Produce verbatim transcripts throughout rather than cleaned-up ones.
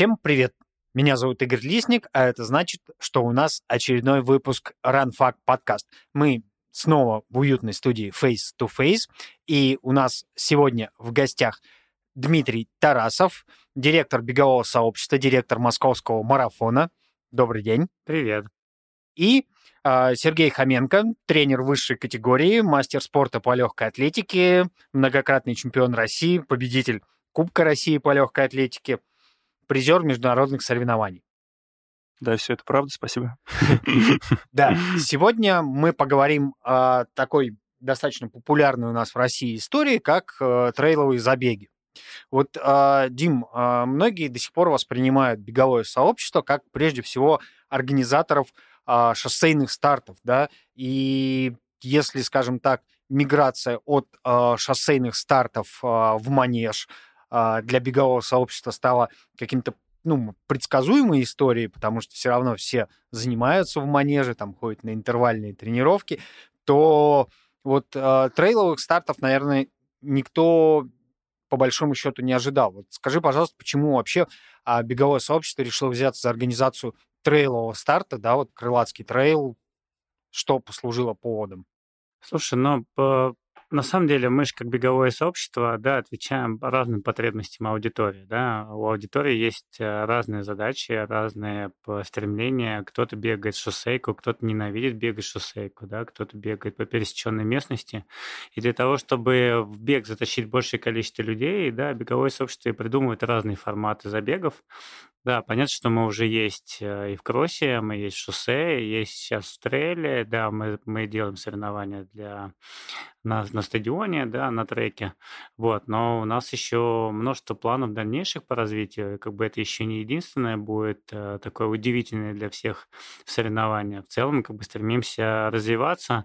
Всем привет! Меня зовут Игорь Лисник, а это значит, что у нас очередной выпуск Run Fuck подкаст. Мы снова в уютной студии Face to Face, и у нас сегодня в гостях Дмитрий Тарасов, директор бегового сообщества, директор московского марафона. Добрый день. Привет. И э, Сергей Хоменко, тренер высшей категории, мастер спорта по легкой атлетике, многократный чемпион России, победитель Кубка России по легкой атлетике, призер международных соревнований. Да, все это правда, спасибо. Да, сегодня мы поговорим о такой достаточно популярной у нас в России истории, как э, трейловые забеги. Вот, э, Дим, э, многие до сих пор воспринимают беговое сообщество как, прежде всего, организаторов э, шоссейных стартов, да, и если, скажем так, миграция от э, шоссейных стартов э, в манеж э, для бегового сообщества стала каким-то, ну, предсказуемой историей, потому что все равно все занимаются в манеже, там ходят на интервальные тренировки, то вот э, трейловых стартов, наверное, никто по большому счету не ожидал. Вот скажи, пожалуйста, почему вообще а, беговое сообщество решило взяться за организацию трейлового старта, да, вот Крылатский трейл, что послужило поводом? Слушай, ну, по- на самом деле мы же как беговое сообщество, да, отвечаем по разным потребностям аудитории, да. У аудитории есть э, разные задачи, разные п- стремления. Кто-то бегает шоссейку, кто-то ненавидит бегать шоссейку, да, кто-то бегает по пересеченной местности. И для того, чтобы в бег затащить большее количество людей, да, беговое сообщество и придумывает разные форматы забегов. Да, понятно, что мы уже есть э, и в кроссе, мы есть в шоссе, есть сейчас в трейле, да, мы, мы делаем соревнования для, на, на стадионе, да, на треке, вот, но у нас еще множество планов дальнейших по развитию, и как бы это еще не единственное будет э, такое удивительное для всех соревнование. В целом мы как бы стремимся развиваться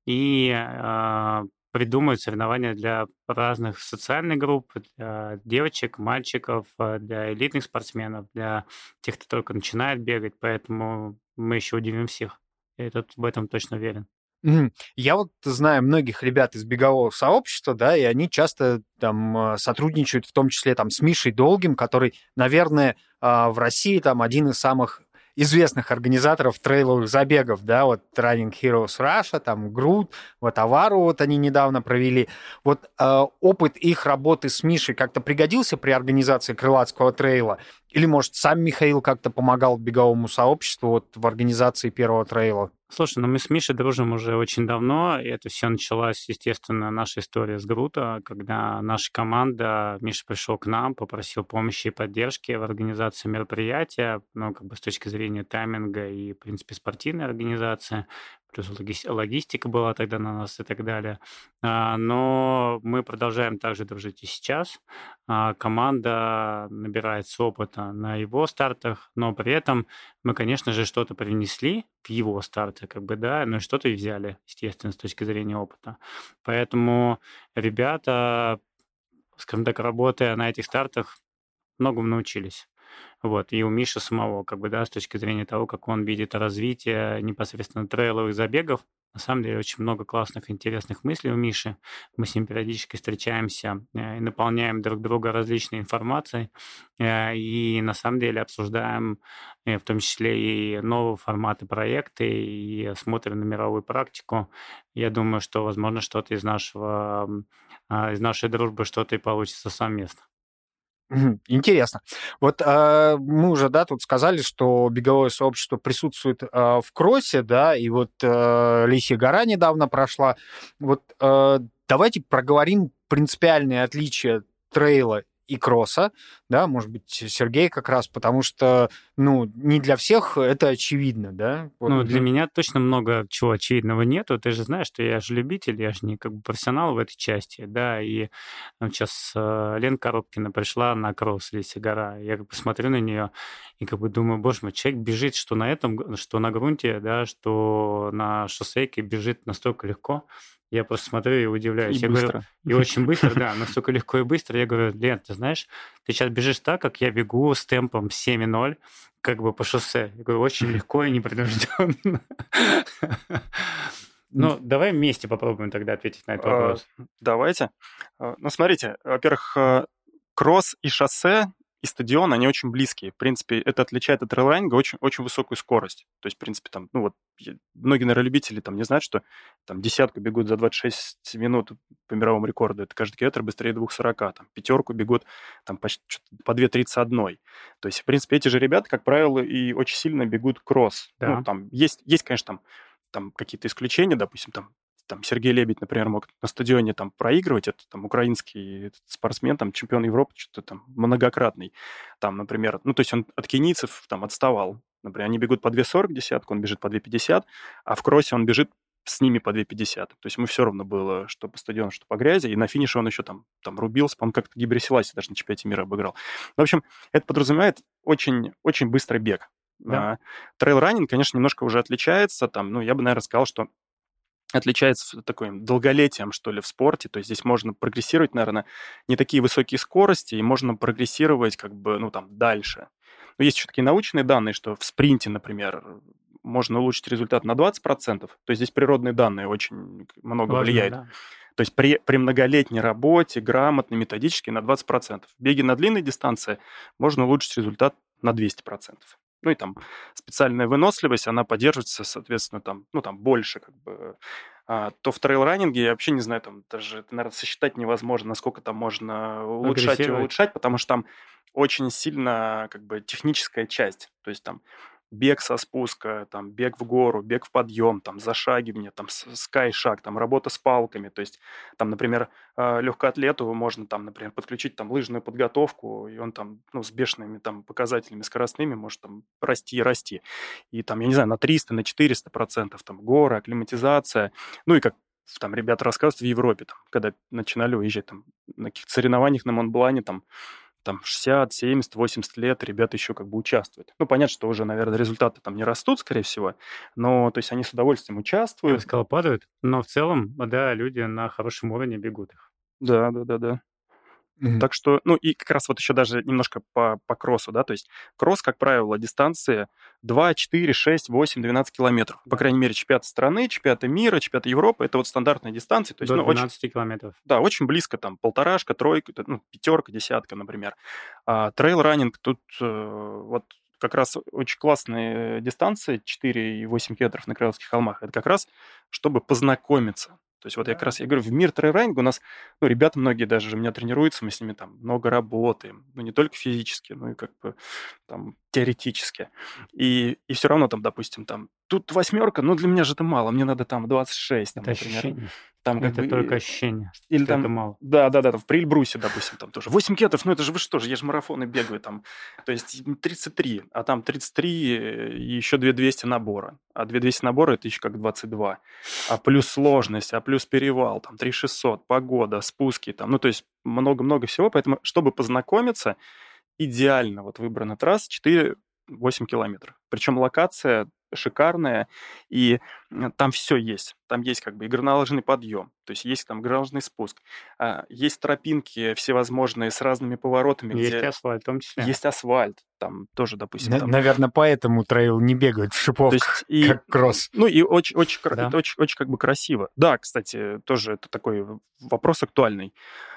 и э, придумывать соревнования для разных социальных групп, для девочек, мальчиков, э, для элитных спортсменов, для тех, кто только начинает бегать, поэтому мы еще удивим всех. Я тут в этом точно уверен. Мгм. Я вот знаю многих ребят из бегового сообщества, да, и они часто там э, сотрудничают, в том числе там с Мишей Долгим, который, наверное, а, в России там один из самых известных организаторов трейловых забегов, да, вот Running Heroes Russia, там Груд, вот Авару вот они недавно провели. Вот э, опыт их работы с Мишей как-то пригодился при организации Крылатского трейла? Или, может, сам Михаил как-то помогал беговому сообществу вот в организации первого трейла? Слушай, ну мы с Мишей дружим уже очень давно, и это все началось, естественно, наша история с Грута, когда наша команда, Миша пришел к нам, попросил помощи и поддержки в организации мероприятия, ну, как бы с точки зрения тайминга и, в принципе, спортивной организации, плюс логи- логистика была тогда на нас и так далее. А, Но мы продолжаем также дружить и сейчас. А, Команда набирается опыта на его стартах, но при этом мы, конечно же, что-то привнесли в его старты, как бы, да, но и что-то и взяли, естественно, с точки зрения опыта. Поэтому ребята, скажем так, работая на этих стартах, многому научились. Вот, и у Миши самого, как бы, да, с точки зрения того, как он видит развитие непосредственно трейловых забегов, на самом деле очень много классных, интересных мыслей у Миши. Мы с ним периодически встречаемся э, и наполняем друг друга различной информацией, э, и на самом деле обсуждаем э, в том числе и новые форматы проекта, и смотрим на мировую практику. Я думаю, что, возможно, что-то из нашего, м, а, из нашей дружбы что-то и получится совместно. Мгм. Интересно. Вот а, мы уже, да, тут сказали, что беговое сообщество присутствует а, в кроссе, да, и вот а, Лисья гора недавно прошла. Вот а, давайте проговорим принципиальные отличия трейла и кросса, да, может быть, Сергей как раз, потому что, ну, не для всех это очевидно, да. Вот. Ну, для меня точно много чего очевидного нету. Ты же знаешь, что я же любитель, я же не как бы профессионал в этой части, да, и вот сейчас э, Лена Коробкина пришла на кросс Лисья гора. Я как бы смотрю на нее и как бы думаю, боже мой, человек бежит что на этом, г- что на грунте, да, что на шоссейке бежит настолько легко. Я просто смотрю и удивляюсь. И Я говорю, быстро. и очень быстро, да, настолько легко и быстро. Я говорю, Лен, ты знаешь, ты сейчас бежишь так, как я бегу с темпом семь ноль, как бы по шоссе. Я говорю, очень легко и непринужденно. Ну, давай вместе попробуем тогда ответить на этот А, вопрос. Давайте. А, Ну, смотрите, во-первых, а, кросс и шоссе и стадион, они очень близкие. В принципе, это отличает от трейл-раннинга очень, очень высокую скорость. То есть, в принципе, там, ну вот, многие, наверное, любители там не знают, что там десятку бегут за двадцать шесть минут по мировому рекорду. Это каждый километр быстрее двух сорока. Там, пятерку бегут там почти по две тридцать один. То есть, в принципе, эти же ребята, как правило, и очень сильно бегут кросс. Да. Ну, там есть, есть, конечно, там, там какие-то исключения, допустим, там, там Сергей Лебедь, например, мог на стадионе там проигрывать, это там украинский спортсмен, там чемпион Европы, что-то там многократный, там, например, ну, то есть он от кенийцев там отставал, например, они бегут по две сорок десятку, он бежит по две пятьдесят, а в кроссе он бежит с ними по две пятьдесят. То есть ему все равно было, что по стадиону, что по грязи, и на финише он еще там, там рубился, по-моему, как-то Гибри Селаси даже на чемпионате мира обыграл. В общем, это подразумевает очень, очень быстрый бег. Да. Трейл-раннинг, конечно, немножко уже отличается, там, ну, я бы, наверное, сказал, что отличается таким долголетием, что ли, в спорте. То есть здесь можно прогрессировать, наверное, не такие высокие скорости, и можно прогрессировать как бы, ну, там, дальше. Но есть еще такие научные данные, что в спринте, например, можно улучшить результат на двадцать процентов. То есть здесь природные данные очень много Важно, влияют. да. То есть при, при многолетней работе, грамотно, методически на двадцать процентов. В беге на длинной дистанции можно улучшить результат на двести процентов. Ну и там специальная выносливость, она поддерживается, соответственно, там, ну, там больше как бы. А, то в трейл-раннинге я вообще не знаю, там даже, это, наверное, сосчитать невозможно, насколько там можно улучшать и Прогрессировать. улучшать, потому что там очень сильно как бы техническая часть. То есть там бег со спуска, там бег в гору, бег в подъем, там зашагивание, там скай-шаг, там работа с палками. То есть там, например, легкоатлету можно там, например, подключить там лыжную подготовку, и он там, ну, с бешеными там показателями скоростными может там расти и расти. И там, я не знаю, на триста, на четыреста процентов там горы, акклиматизация. Ну и как там ребята рассказывают в Европе, там, когда начинали уезжать там на каких-то соревнованиях на Монблане, там, там шестьдесят, семьдесят, восемьдесят лет ребята еще как бы участвуют. Ну, понятно, что уже, наверное, результаты там не растут, скорее всего, но, то есть, они с удовольствием Я бы участвуют. сказал, падают, но в целом, да, люди на хорошем уровне бегут их. Да, да, да, да. Мгм. Так что, ну, и как раз вот еще даже немножко по, по кроссу, да, то есть кросс, как правило, дистанции два, четыре, шесть, восемь, двенадцать километров. По Да. крайней мере, чемпионаты страны, чемпионаты мира, чемпионаты Европы, это вот стандартные дистанции. То есть, До ну, очень, двенадцати километров. да, очень близко, там, полторашка, тройка, ну, пятерка, десятка, например. А трейл-раннинг тут э, вот как раз очень классные дистанции, четыре и восемь километров на Крылатских холмах. Это как раз, чтобы познакомиться. То есть вот я как раз, я говорю, в мир трейл-раннинга у нас, ну, ребята многие даже у меня тренируются, мы с ними там много работаем, ну, не только физически, но и как бы там теоретически. И, и все равно там, допустим, там, тут восьмерка, ну, для меня же это мало, мне надо там двадцать шесть, там, Это например. ощущение. Там как Это бы... только ощущение, Или что там, это мало. да, да, да, там в Прильбрусе, допустим, там тоже восемь километров, ну это же вы что же, я же марафоны бегаю там, то есть тридцать три, а там тридцать три и еще две двести набора, а две двести набора это еще как двадцать два, а плюс сложность, а плюс перевал, там три шестьсот, погода, спуски, там, ну то есть много-много всего, поэтому чтобы познакомиться, идеально вот выбрана трасса четыре-восемь километров, причем локация шикарная, и там все есть. Там есть как бы и горнолыжный подъем, то есть есть там горнолыжный спуск, а, есть тропинки всевозможные с разными поворотами, Есть где и асфальт в том числе. есть асфальт, там тоже, допустим, На- там. Наверное, поэтому трейл не бегают в То шиповках, есть и, как кросс. ну и очень, очень, кра- Да. это очень, очень как бы красиво. Да, кстати, тоже это такой вопрос актуальный.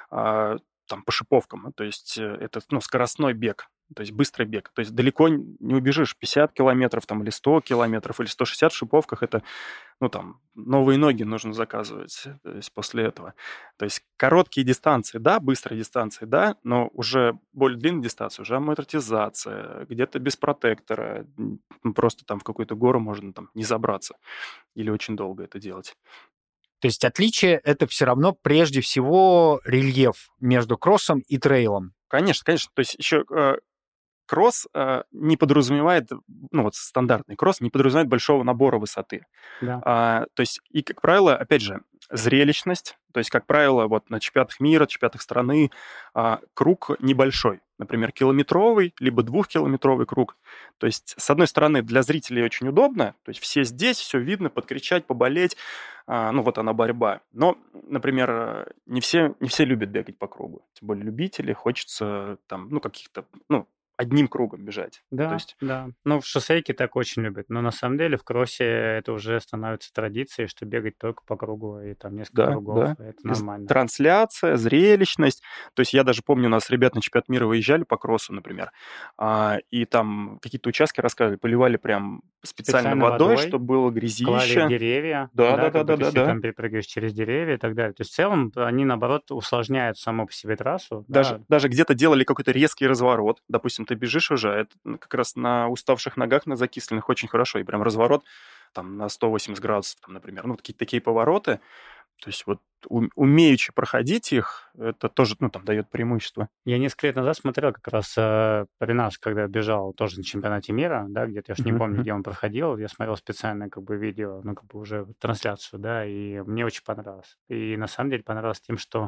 А, там по шиповкам, то есть э, это, ну, скоростной бег, то есть быстрый бег. То есть далеко не убежишь, пятьдесят километров там, или сто километров, или сто шестьдесят в шиповках, это, ну, там, новые ноги нужно заказывать, то есть после этого. То есть короткие дистанции, да, быстрые дистанции, да, но уже более длинные дистанции, уже амортизация, где-то без протектора, м, просто там в какую-то гору можно там не забраться или очень долго это делать. То есть отличие — это все равно прежде всего рельеф между кроссом и трейлом. Конечно, конечно. То есть еще э, кросс э, не подразумевает, ну вот стандартный кросс не подразумевает большого набора высоты. Да. А, то есть и, как правило, опять же, зрелищность, то есть, как правило, вот на чемпионатах мира, чемпионатах страны а, круг небольшой, например, километровый, либо двухкилометровый круг. То есть, с одной стороны, для зрителей очень удобно, то есть все здесь, все видно, подкричать, поболеть, а, ну вот она борьба. Но, например, не все, не все любят бегать по кругу, тем более любители, хочется там, ну, каких-то, ну, одним кругом бежать. Да, То есть... да. Ну, в шоссейке так очень любят. Но на самом деле в кроссе это уже становится традицией, что бегать только по кругу, и там несколько Да, кругов, да. и это И нормально. трансляция, зрелищность. То есть я даже помню, у нас ребята на чемпионат мира выезжали по кроссу, например, а, и там какие-то участки рассказывали, поливали прям специально Специально водой, водой чтобы было клали грязище. деревья, Да, да, да, да, как бы да, ты да, все да. там перепрыгиваешь через деревья и так далее. То есть в целом они, наоборот, усложняют само по себе трассу, Даже, да. даже где-то делали какой-то резкий разворот. Допустим, ты бежишь уже, а это как раз на уставших ногах, на закисленных очень хорошо. И прям разворот там на сто восемьдесят градусов, там, например. Ну, такие, такие повороты. То есть вот ум- умеючи проходить их, это тоже, ну, там, дает преимущество. Я несколько лет назад смотрел как раз э, Ренас, когда бежал тоже на чемпионате мира, да, где-то, я уж не Мгм, помню, мгм. где он проходил, я смотрел специально как бы видео, ну, как бы уже трансляцию, да, и мне очень понравилось. И на самом деле понравилось тем, что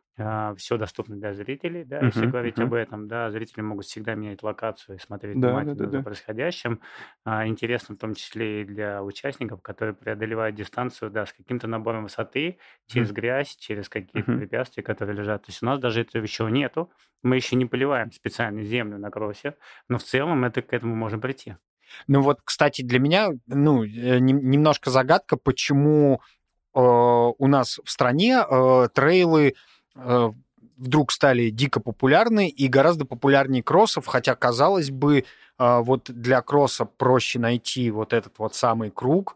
все доступно для зрителей, да, если Мгм, говорить мгм. об этом, да, зрители могут всегда менять локацию и смотреть Да, да, да, внимательно за да. происходящим. А, интересно в том числе и для участников, которые преодолевают дистанцию, да, с каким-то набором высоты, Мгм, через грязь, через какие-то мгм. препятствия, которые лежат. То есть у нас даже этого еще нету, мы еще не поливаем специально землю на кроссе, но в целом это к этому можно прийти. Ну вот, кстати, для меня, ну, э, нем- немножко загадка, почему э, у нас в стране э, трейлы э, вдруг стали дико популярны и гораздо популярнее кроссов, хотя, казалось бы, э, вот для кросса проще найти вот этот вот самый круг,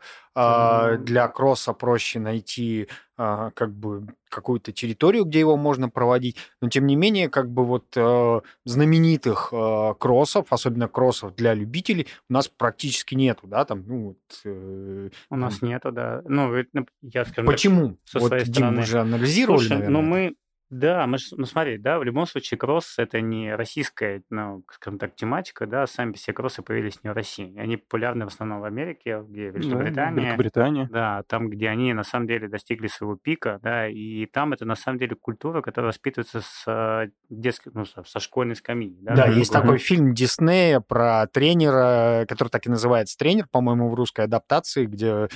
э, для кросса проще найти э, как бы какую-то территорию, где его можно проводить, но тем не менее, как бы вот э, знаменитых э, кроссов, особенно кроссов для любителей, у нас практически нету, да, там, ну, вот, э, У там, нас нету, да. Ну, и, ну, я, скажем так, почему? со Вот, своей Дим, вы стороны. же анализировали, Слушай, ну наверное, это. мы, да, мы, ж- ну смотри, да, в любом случае кросс это не российская, ну, скажем так, тематика, да, сами по себе кроссы появились не в России. Они популярны в основном в Америке, где Да, да, Великобритания, Великобритания. да, там, где они на самом деле достигли своего пика, да, и там это на самом деле культура, которая воспитывается с э, детских, ну, со, со школьной скамьи, да, Да, Мгм, грубо есть говоря. такой мгм. фильм Диснея про тренера, который так и называется «Тренер», по-моему, в русской адаптации, где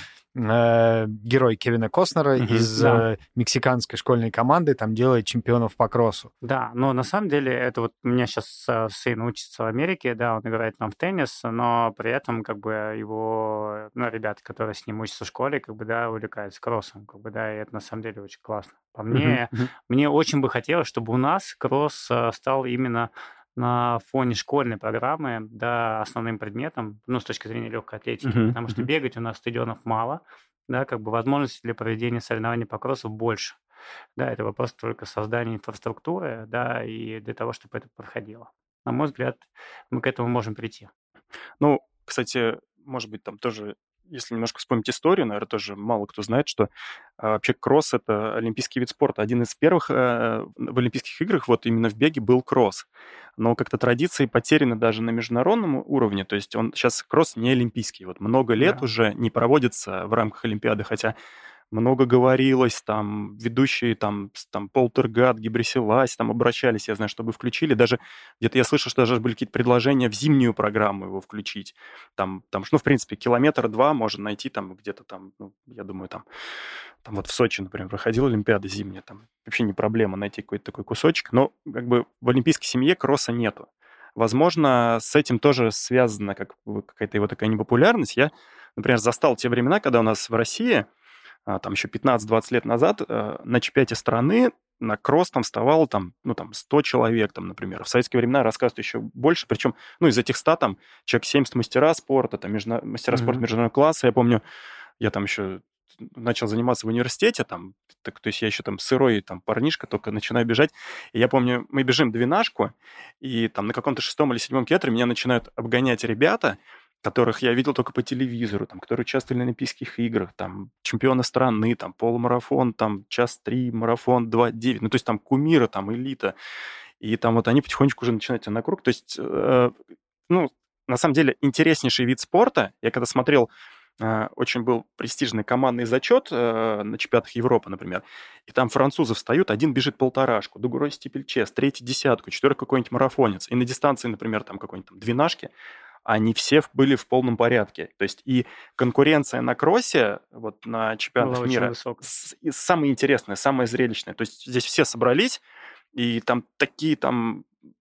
э, герой Кевина Костнера Мгм. из Да. э, мексиканской школьной команды там делает чемпионов по кроссу. Да, но на самом деле это вот у меня сейчас сын учится в Америке, да, он играет там в теннис, но при этом как бы его, ну, ребята, которые с ним учатся в школе, как бы, да, увлекаются кроссом, как бы, да, и это на самом деле очень классно. По Мгм, мне, мгм. мне очень бы хотелось, чтобы у нас кросс э, стал именно на фоне школьной программы, да, основным предметом, ну, с точки зрения легкой атлетики, Мгм, потому что мгм. бегать у нас стадионов мало, да, как бы возможностей для проведения соревнований по кроссу больше. Да, это вопрос только создания инфраструктуры, да, и для того, чтобы это проходило. На мой взгляд, мы к этому можем прийти. Ну, кстати, может быть, там тоже, если немножко вспомнить историю, наверное, тоже мало кто знает, что а, вообще кросс — это олимпийский вид спорта. Один из первых э, в Олимпийских играх вот именно в беге был кросс. Но как-то традиции потеряны даже на международном уровне. То есть он сейчас кросс не олимпийский. Вот много лет Да. уже не проводится в рамках Олимпиады, хотя много говорилось, там, ведущие, там, с- там Полтергат, Гебресилась, там, обращались, я знаю, чтобы включили. Даже где-то я слышал, что даже были какие-то предложения в зимнюю программу его включить. Там, там, ну, в принципе, километр-два можно найти там где-то там, ну, я думаю, там, там вот в Сочи, например, проходила Олимпиада зимняя, там вообще не проблема найти какой-то такой кусочек, но как бы в олимпийской семье кросса нету. Возможно, с этим тоже связана как бы какая-то его такая непопулярность. Я, например, застал те времена, когда у нас в России а, там еще пятнадцать-двадцать лет назад э, на чемпионате страны на кросс там вставало там, ну, там сто человек, там, например. В советские времена рассказывают еще больше, причем, ну, из этих ста там человек семьдесят мастера спорта, там, междуна- мастера спорта Мгм. международного класса. Я помню, я там еще начал заниматься в университете, там, так, то есть я еще там сырой там парнишка, только начинаю бежать. И я помню, мы бежим двенашку, и там на каком-то шестом или седьмом километре меня начинают обгонять ребята, которых я видел только по телевизору, там, которые участвовали на Олимпийских играх, там, чемпионы страны, там, полумарафон, там, час три, марафон два девять, ну, то есть там кумиры, там, элита. И там вот они потихонечку уже начинают идти на круг. То есть, э, ну, на самом деле, интереснейший вид спорта. Я когда смотрел, э, очень был престижный командный зачет э, на чемпионатах Европы, например, и там французы встают, один бежит полторашку, другой стипельчест, третий десятку, четвертый какой-нибудь марафонец. И на дистанции, например, там какой-нибудь там двенашки, они все в- были в полном порядке. То есть и конкуренция на кроссе, вот на Была чемпионатах очень мира, высокая. с- и самое интересное, самое зрелищное. То есть здесь все собрались, и там такие там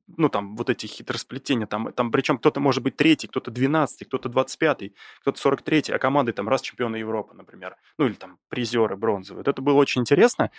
ну, там, вот эти хитросплетения, там, там причем кто-то может быть третий, кто-то двенадцатый, кто-то двадцать пятый, кто-то сорок третий, а команды там раз чемпионы Европы, например, ну, или там призеры бронзовые. Вот это было очень интересно.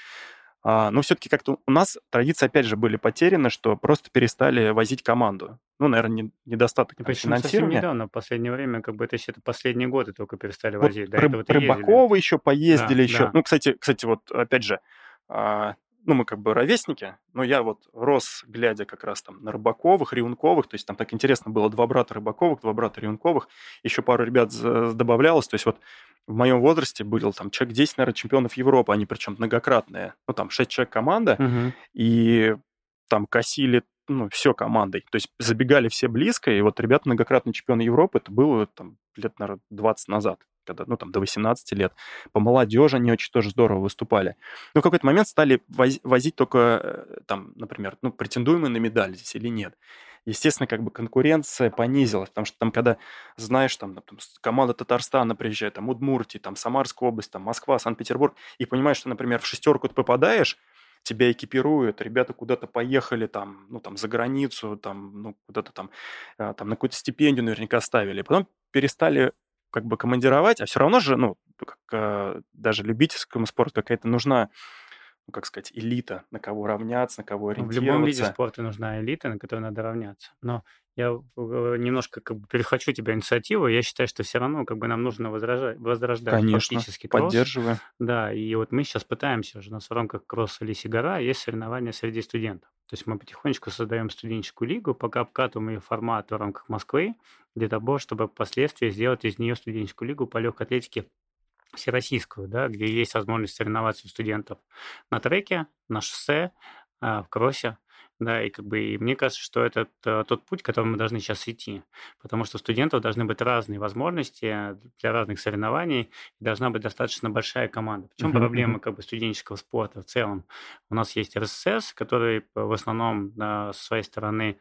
А, но все-таки как-то у нас традиции, опять же, были потеряны, что просто перестали возить команду. Ну, наверное, не, недостаток там, Причем совсем финансирования. недавно, в последнее время, как бы это еще последние годы только перестали Вот возить. До Рыб- этого-то ездили. Рыбакова еще поездили, Да, еще. да. Ну, кстати, кстати, вот опять же, а, ну, мы как бы ровесники, но я вот рос, глядя как раз там на Рыбаковых, Рюнковых, то есть там так интересно было, два брата Рыбаковых, два брата Рюнковых, еще пару ребят за- добавлялось, то есть вот в моем возрасте был там человек десять, наверное, чемпионов Европы, они причем многократные, ну, там шесть человек команда, Мгм. и там косили, ну, все командой, то есть забегали все близко, и вот ребята многократные чемпионы Европы, это было там лет, наверное, двадцать назад, когда, ну, там, до восемнадцати лет. По молодежи они очень тоже здорово выступали. Но в какой-то момент стали воз- возить только, э, там, например, ну, претендуемые на медаль здесь или нет. Естественно, как бы конкуренция понизилась, потому что там, когда знаешь, там, там, с- команда Татарстана приезжает, там, Удмуртия, там, Самарская область, там, Москва, Санкт-Петербург, и понимаешь, что, например, в шестерку ты попадаешь, тебя экипируют, ребята куда-то поехали, там, ну, там, за границу, там, ну, куда-то там, а, там, на какую-то стипендию наверняка ставили. Потом перестали как бы командировать, а все равно же, ну, как, э, даже любительскому спорту какая-то нужна, ну, как сказать, элита, на кого равняться, на кого Ну, В любом виде ориентироваться. спорта нужна элита, на которую надо равняться. Но я э, немножко как бы перехвачу тебя инициативу. Я считаю, что все равно как бы нам нужно возражать, возрождать Конечно, фактически кросс. поддерживаю. Да, и вот мы сейчас пытаемся уже, у нас в рамках кросса «Лиси гора» есть соревнования среди студентов. То есть мы потихонечку создаем студенческую лигу, пока обкатываем ее формат в рамках Москвы, для того, чтобы впоследствии сделать из нее студенческую лигу по легкой атлетике всероссийскую, да, где есть возможность соревноваться у студентов на треке, на шоссе, а, в кроссе, да, и как бы и мне кажется, что это т- тот путь, которым мы должны сейчас идти, потому что у студентов должны быть разные возможности для разных соревнований, и должна быть достаточно большая команда. В чем Мгм, проблема мгм. как бы студенческого спорта в целом? У нас есть эр эс эс, который э, в основном а, со своей стороны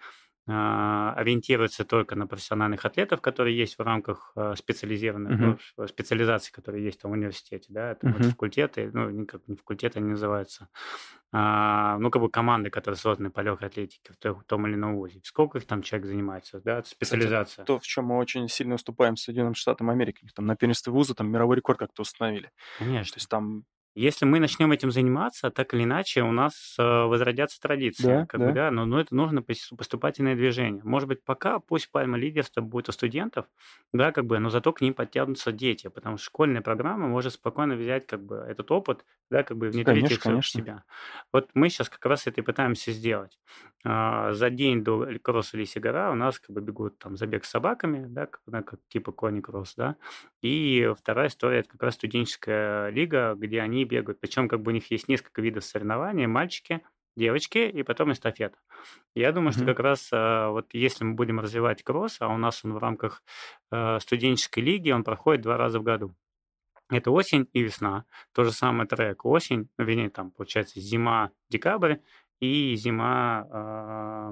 а, ориентируется только на профессиональных атлетов, которые есть в рамках а, специализированных, ну, Мгм, ш- специализаций, которые есть там в университете, да, там это мгм. факультеты, ну, не как не факультеты они называются, а, ну, как бы команды, которые созданы по легкой атлетике в то- в том или ином вузе. Сколько их там человек занимается, да, это Кстати, специализация. то, в чем мы очень сильно уступаем Соединенным Штатам Америки. У них там на первенстве вуза там мировой рекорд как-то установили. То Конечно. есть там, Если мы начнем этим заниматься, так или иначе у нас э, возродятся традиции, да, как бы, да. да, но, но это нужно пос- поступательное движение. Может быть, пока пусть пальма лидерства будет у студентов, да, как бы, но зато к ним подтянутся дети, потому что школьная программа может спокойно взять, как бы, этот опыт, да, как бы, и внедрить Конечно, их в в конечно. себя. Вот мы сейчас как раз это и пытаемся сделать. А, За день до кросса «Лиси гора» у нас, как бы, бегут там забег с собаками, да, как, да, как типа кони-кросс, да, и вторая история – это как раз студенческая лига, где они бегают. Причем как бы у них есть несколько видов соревнований: мальчики, девочки и потом эстафета. Я думаю, что Мгм. как раз а, вот если мы будем развивать кросс, а у нас он в рамках э, студенческой лиги, он проходит два раза в году. Это осень и весна. То же самое трек. Осень, ну, вернее, там получается зима, декабрь и зима а,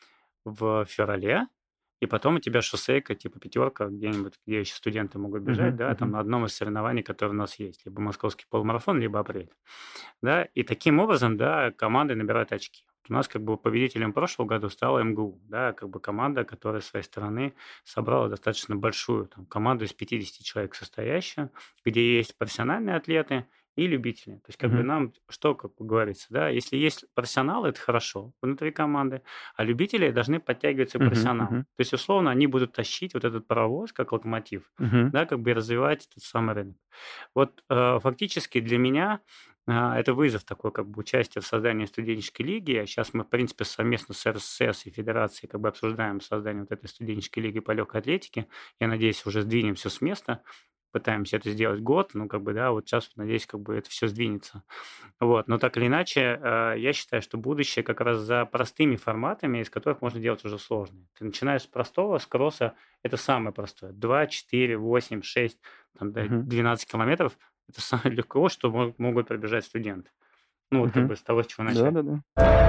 в феврале, и потом у тебя шоссейка, типа пятерка, где-нибудь, где еще студенты могут бежать, Мгм, да, там мгм. на одном из соревнований, которые у нас есть, либо московский полумарафон, либо апрель, да, и таким образом, да, команды набирают очки. У нас как бы победителем прошлого года стала эм гэ у, да, как бы команда, которая с своей стороны собрала достаточно большую там, команду из пятидесяти человек состоящую, где есть профессиональные атлеты и любители. То есть как бы Мгм. нам, что как бы говорится, да, если есть профессионалы, это хорошо внутри команды, а любители должны подтягиваться к Мгм, профессионалам. мгм. То есть, условно, они будут тащить вот этот паровоз, как локомотив, Мгм. да, как бы и развивать этот самый рынок. Вот э, фактически для меня а, это вызов такой, как бы участие в создании студенческой лиги. А сейчас мы, в принципе, совместно с эр эс эс и Федерацией как бы обсуждаем создание вот этой студенческой лиги по легкой атлетике. Я надеюсь, уже сдвинемся с места, пытаемся это сделать год, ну, как бы, да, вот сейчас, надеюсь, как бы это все сдвинется. Вот, но так или иначе, э, я считаю, что будущее как раз за простыми форматами, из которых можно делать уже сложные. Ты начинаешь с простого, с кросса, это самое простое. два, четыре, восемь, шесть, там, до Мгм. двенадцать километров, это самое легко, что мо- могут пробежать студенты. Ну, вот как Мгм. бы с того, с чего начать. Да-да-да.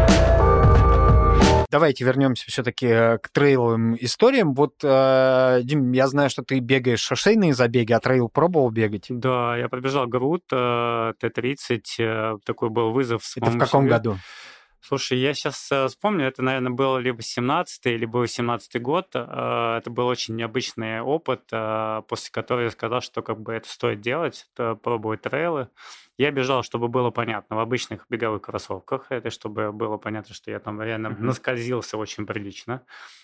Давайте вернемся все-таки к трейловым историям. Вот, э, Дим, я знаю, что ты бегаешь шоссейные забеги, а трейл пробовал бегать? Да, я пробежал груд, э, тэ тридцать, э, такой был вызов Это в самому каком себе. году? Слушай, я сейчас э, вспомню, это, наверное, был либо семнадцатый, либо восемнадцатый год. Э, это был очень необычный опыт, э, после которого я сказал, что как бы это стоит делать, это пробовать трейлы. Я бежал, чтобы было понятно, в обычных беговых кроссовках, это чтобы было понятно, что я там реально Мгм. наскользился очень прилично.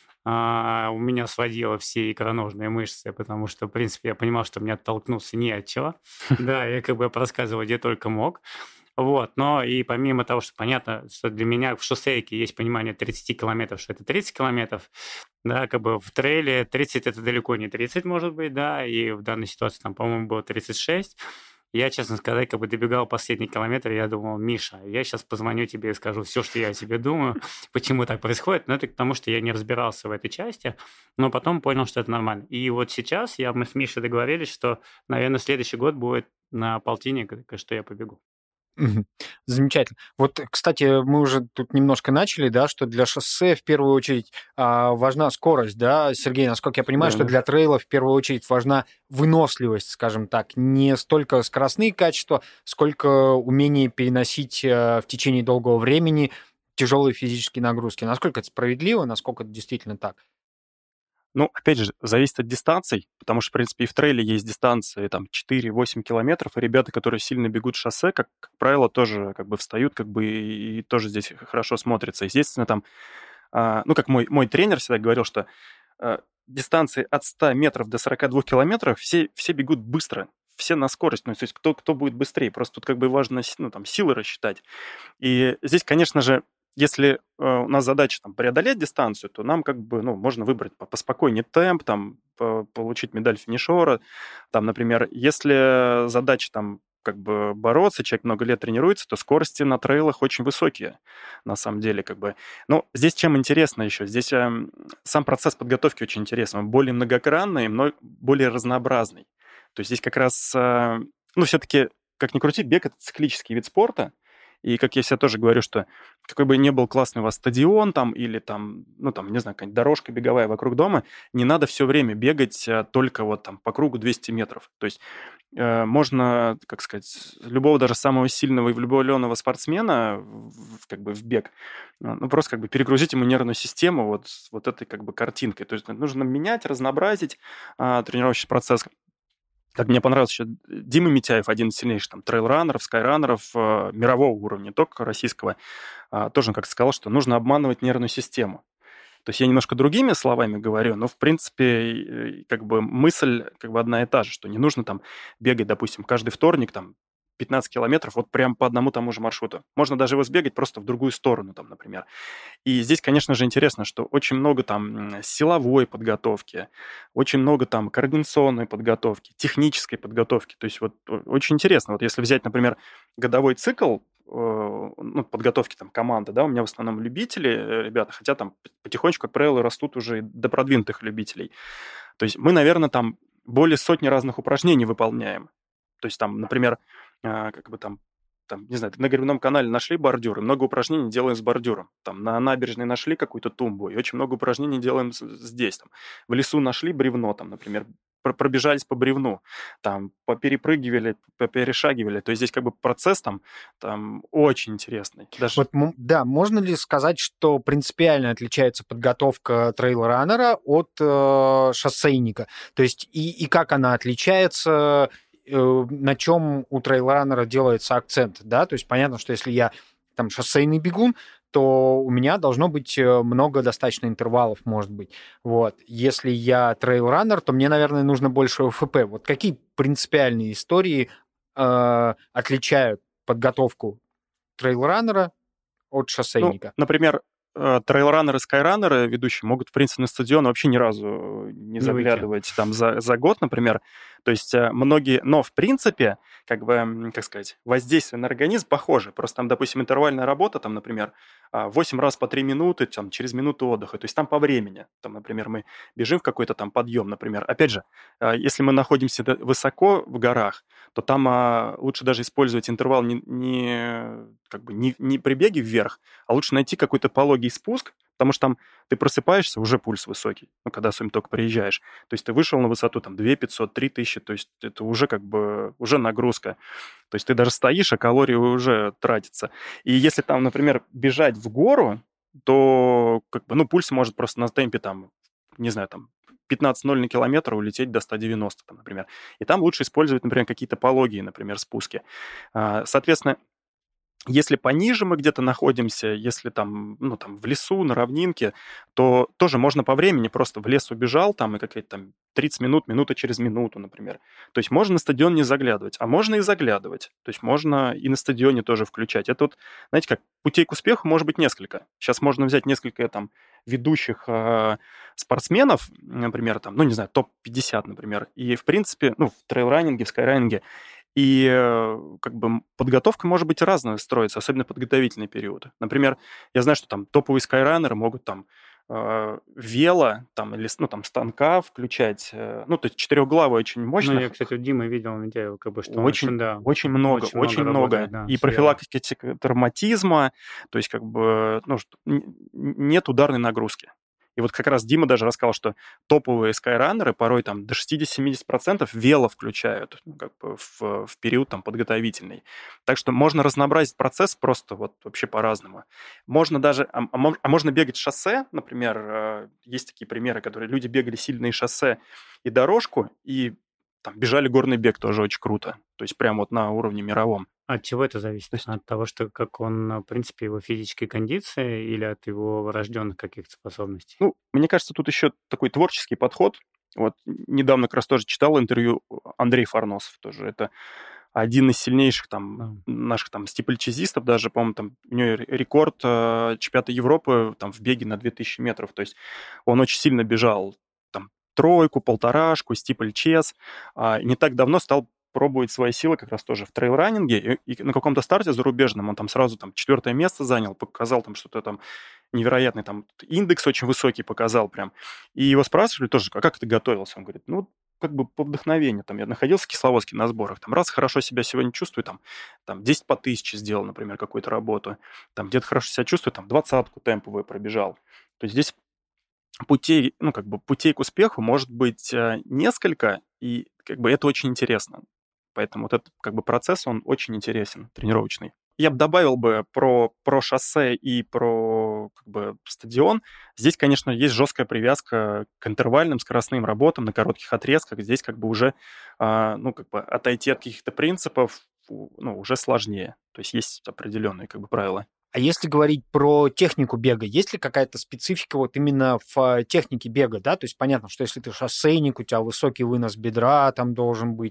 А, у меня сводило все икроножные мышцы, потому что, в принципе, я понимал, что мне оттолкнуться не от чего. Да, я как бы рассказывал, где только мог. Вот, но и помимо того, что понятно, что для меня в шоссейке есть понимание тридцать километров, что это тридцать километров, да, как бы в трейле тридцать это далеко не тридцать, может быть, да, и в данной ситуации там, по-моему, было тридцать шесть. Я, честно сказать, как бы добегал последний километр, и я думал, Миша, я сейчас позвоню тебе и скажу все, что я о тебе думаю, почему так происходит. Но это потому, что я не разбирался в этой части, но потом понял, что это нормально. И вот сейчас я, мы с Мишей договорились, что, наверное, следующий год будет на полтинник, что я побегу. Мгм. Замечательно. Вот, кстати, мы уже тут немножко начали, да, что для шоссе в первую очередь а, важна скорость, да, Сергей, насколько я понимаю, что Да. для трейла в первую очередь важна выносливость, скажем так, не столько скоростные качества, сколько умение переносить э, в течение долгого времени тяжелые физические нагрузки. Насколько это справедливо, насколько это действительно так? Ну, опять же, зависит от дистанций, потому что, в принципе, и в трейле есть дистанции там четыре-восемь километров, и ребята, которые сильно бегут шоссе, как, как правило, тоже как бы встают, как бы и, и тоже здесь хорошо смотрятся. Естественно, там, а, ну, как мой, мой тренер всегда говорил, что а, дистанции от ста метров до сорока двух километров все, все бегут быстро, все на скорость, ну, то есть кто, кто будет быстрее, просто тут как бы важно, ну, там, силы рассчитать. И здесь, конечно же, если э, у нас задача там, преодолеть дистанцию, то нам как бы, ну, можно выбрать поспокойнее темп, там, по- получить медаль финишера. Там, например, если задача там как бы бороться, человек много лет тренируется, то скорости на трейлах очень высокие, на самом деле, как бы. Но здесь чем интересно еще? Здесь э, сам процесс подготовки очень интересный, он более многогранный, но более разнообразный. То есть здесь как раз, э, ну, все-таки, как ни крути, бег — это циклический вид спорта, и, как я всегда тоже говорю, что какой бы ни был классный у вас стадион там или там, ну там, не знаю, какая-нибудь дорожка беговая вокруг дома, не надо все время бегать а, только вот там по кругу двести метров. То есть э, можно, как сказать, любого даже самого сильного и влюбленного спортсмена в, в- как бы в бег, э, ну просто как бы перегрузить ему нервную систему вот, с вот этой как бы картинкой. То есть нужно менять, разнообразить а, тренировочный процесс. Как мне понравился еще Дима Митяев, один из сильнейших там трейлранеров, скайранеров э, мирового уровня, не только российского, а, тоже он как сказал, что нужно обманывать нервную систему. То есть я немножко другими словами говорю, но в принципе э, как бы мысль как бы одна и та же, что не нужно там бегать, допустим, каждый вторник там пятнадцать километров вот прям по одному тому же маршруту. Можно даже его сбегать просто в другую сторону, там, например. И здесь, конечно же, интересно, что очень много там м, силовой подготовки, очень много там координационной подготовки, технической подготовки. То есть вот о- очень интересно. Вот если взять, например, годовой цикл, э, ну, подготовки там команды, да, у меня в основном любители, э, ребята, хотя там п- потихонечку, как правило, растут уже и до продвинутых любителей. То есть мы, наверное, там более сотни разных упражнений выполняем. То есть там, например, а, как бы там, там, не знаю, на гребном канале нашли бордюр, и много упражнений делаем с бордюром. Там на набережной нашли какую-то тумбу, и очень много упражнений делаем с- здесь. Там. В лесу нашли бревно, там, например, пр- пробежались по бревну, там, поперепрыгивали, поперешагивали. То есть здесь как бы процесс там, там очень интересный. Даже Вот, м, да, можно ли сказать, что принципиально отличается подготовка трейл-раннера от э, шоссейника? То есть и, и как она отличается, э, на чем у трейл-раннера делается акцент, да? То есть понятно, что если я там шоссейный бегун, то у меня должно быть э, много достаточно интервалов, может быть. Вот. Если я трейл-раннер, то мне, наверное, нужно больше ОФП. Вот какие принципиальные истории э, отличают подготовку трейл-раннера от Ну, шоссейника? например, э, трейлранеры, скайранеры, ведущие, могут, в принципе, на стадион вообще ни разу не Не выйти. заглядывать там за, за год, например. То есть э, многие... Но, в принципе, как бы, м, как сказать, воздействие на организм похоже. Просто там, допустим, интервальная работа, там, например, а, восемь раз по три минуты, там, через минуту отдыха. То есть там по времени. Там, например, мы бежим в какой-то там подъем, например. Опять же, а, если мы находимся д- высоко в горах, то там а, лучше даже использовать интервал не, не, как бы не, не при беге вверх, а лучше найти какой-то пологий спуск, Потому что там ты просыпаешься, уже пульс высокий, ну, когда особенно только приезжаешь. То есть ты вышел на высоту там две пятьсот, три тысячи, то есть это уже как бы, уже нагрузка. То есть ты даже стоишь, а калории уже тратятся. И если там, например, бежать в гору, то как бы, ну, пульс может просто на темпе там, не знаю, там пятнадцать ноль на километр улететь до ста девяноста, там, например. И там лучше использовать, например, какие-то пологие, например, спуски. Соответственно, если пониже мы где-то находимся, если там, ну, там в лесу, на равнинке, то тоже можно по времени просто в лес убежал, там, и какие-то там тридцать минут, минута через минуту, например. То есть можно на стадион не заглядывать, а можно и заглядывать. То есть можно и на стадионе тоже включать. Это вот, знаете, как путей к успеху может быть несколько. Сейчас можно взять несколько там ведущих э, спортсменов, например, там, ну, не знаю, топ пятьдесят, например, и, в принципе, ну, в трейл-раннинге, в скайраннинге, и как бы подготовка может быть разная строится, особенно подготовительный период. Например, я знаю, что там топовые скайраннеры могут там э, вело там, или ну, там, станка включать. Э, ну, то есть четырехглавый очень мощно. Ну, я, кстати, у Димы видел видео, как бы, что очень, он, да, очень много, очень, очень много. Работает, да, и профилактика травматизма, то есть как бы ну, что, нет ударной нагрузки. И вот как раз Дима даже рассказал, что топовые скайраннеры порой там до шестьдесят-семьдесят процентов вело включают ну, как бы в, в период там подготовительный. Так что можно разнообразить процесс просто вот вообще по-разному. Можно даже, а, а можно бегать шоссе, например, есть такие примеры, которые люди бегали сильные шоссе и дорожку, и там бежали горный бег, тоже очень круто. То есть прямо вот на уровне мировом. От чего это зависит? То есть... От того, что как он, в принципе, его физической кондиции или от его врожденных каких-то способностей? Ну, мне кажется, тут еще такой творческий подход. Вот недавно как раз тоже читал интервью Андрей Фарносов тоже. Это один из сильнейших там а. наших там стипльчезистов даже, по-моему, там у него рекорд э, чемпионата Европы там в беге на две тысячи метров. То есть он очень сильно бежал там тройку, полторашку, стипльчез. А, не так давно стал пробовать свои силы как раз тоже в трейл-раннинге, и, и на каком-то старте зарубежном он там сразу там четвертое место занял, показал там что-то там невероятный, там индекс очень высокий показал прям. И его спрашивали тоже, а как ты готовился? Он говорит, ну, как бы по вдохновению. Там я находился в Кисловодске на сборах, там раз хорошо себя сегодня чувствую, там, там десять по тысяче сделал, например, какую-то работу, там где-то хорошо себя чувствую, там двадцатку темповую пробежал. То есть здесь путей, ну, как бы путей к успеху может быть несколько, и как бы это очень интересно. Поэтому вот этот как бы процесс, он очень интересен, тренировочный. Я бы добавил бы про, про шоссе и про как бы, стадион. Здесь, конечно, есть жесткая привязка к интервальным скоростным работам на коротких отрезках. Здесь как бы уже а, ну, как бы отойти от каких-то принципов ну, уже сложнее. То есть есть определенные как бы, правила. А если говорить про технику бега, есть ли какая-то специфика вот именно в технике бега, да? То есть понятно, что если ты шоссейник, у тебя высокий вынос бедра там должен быть,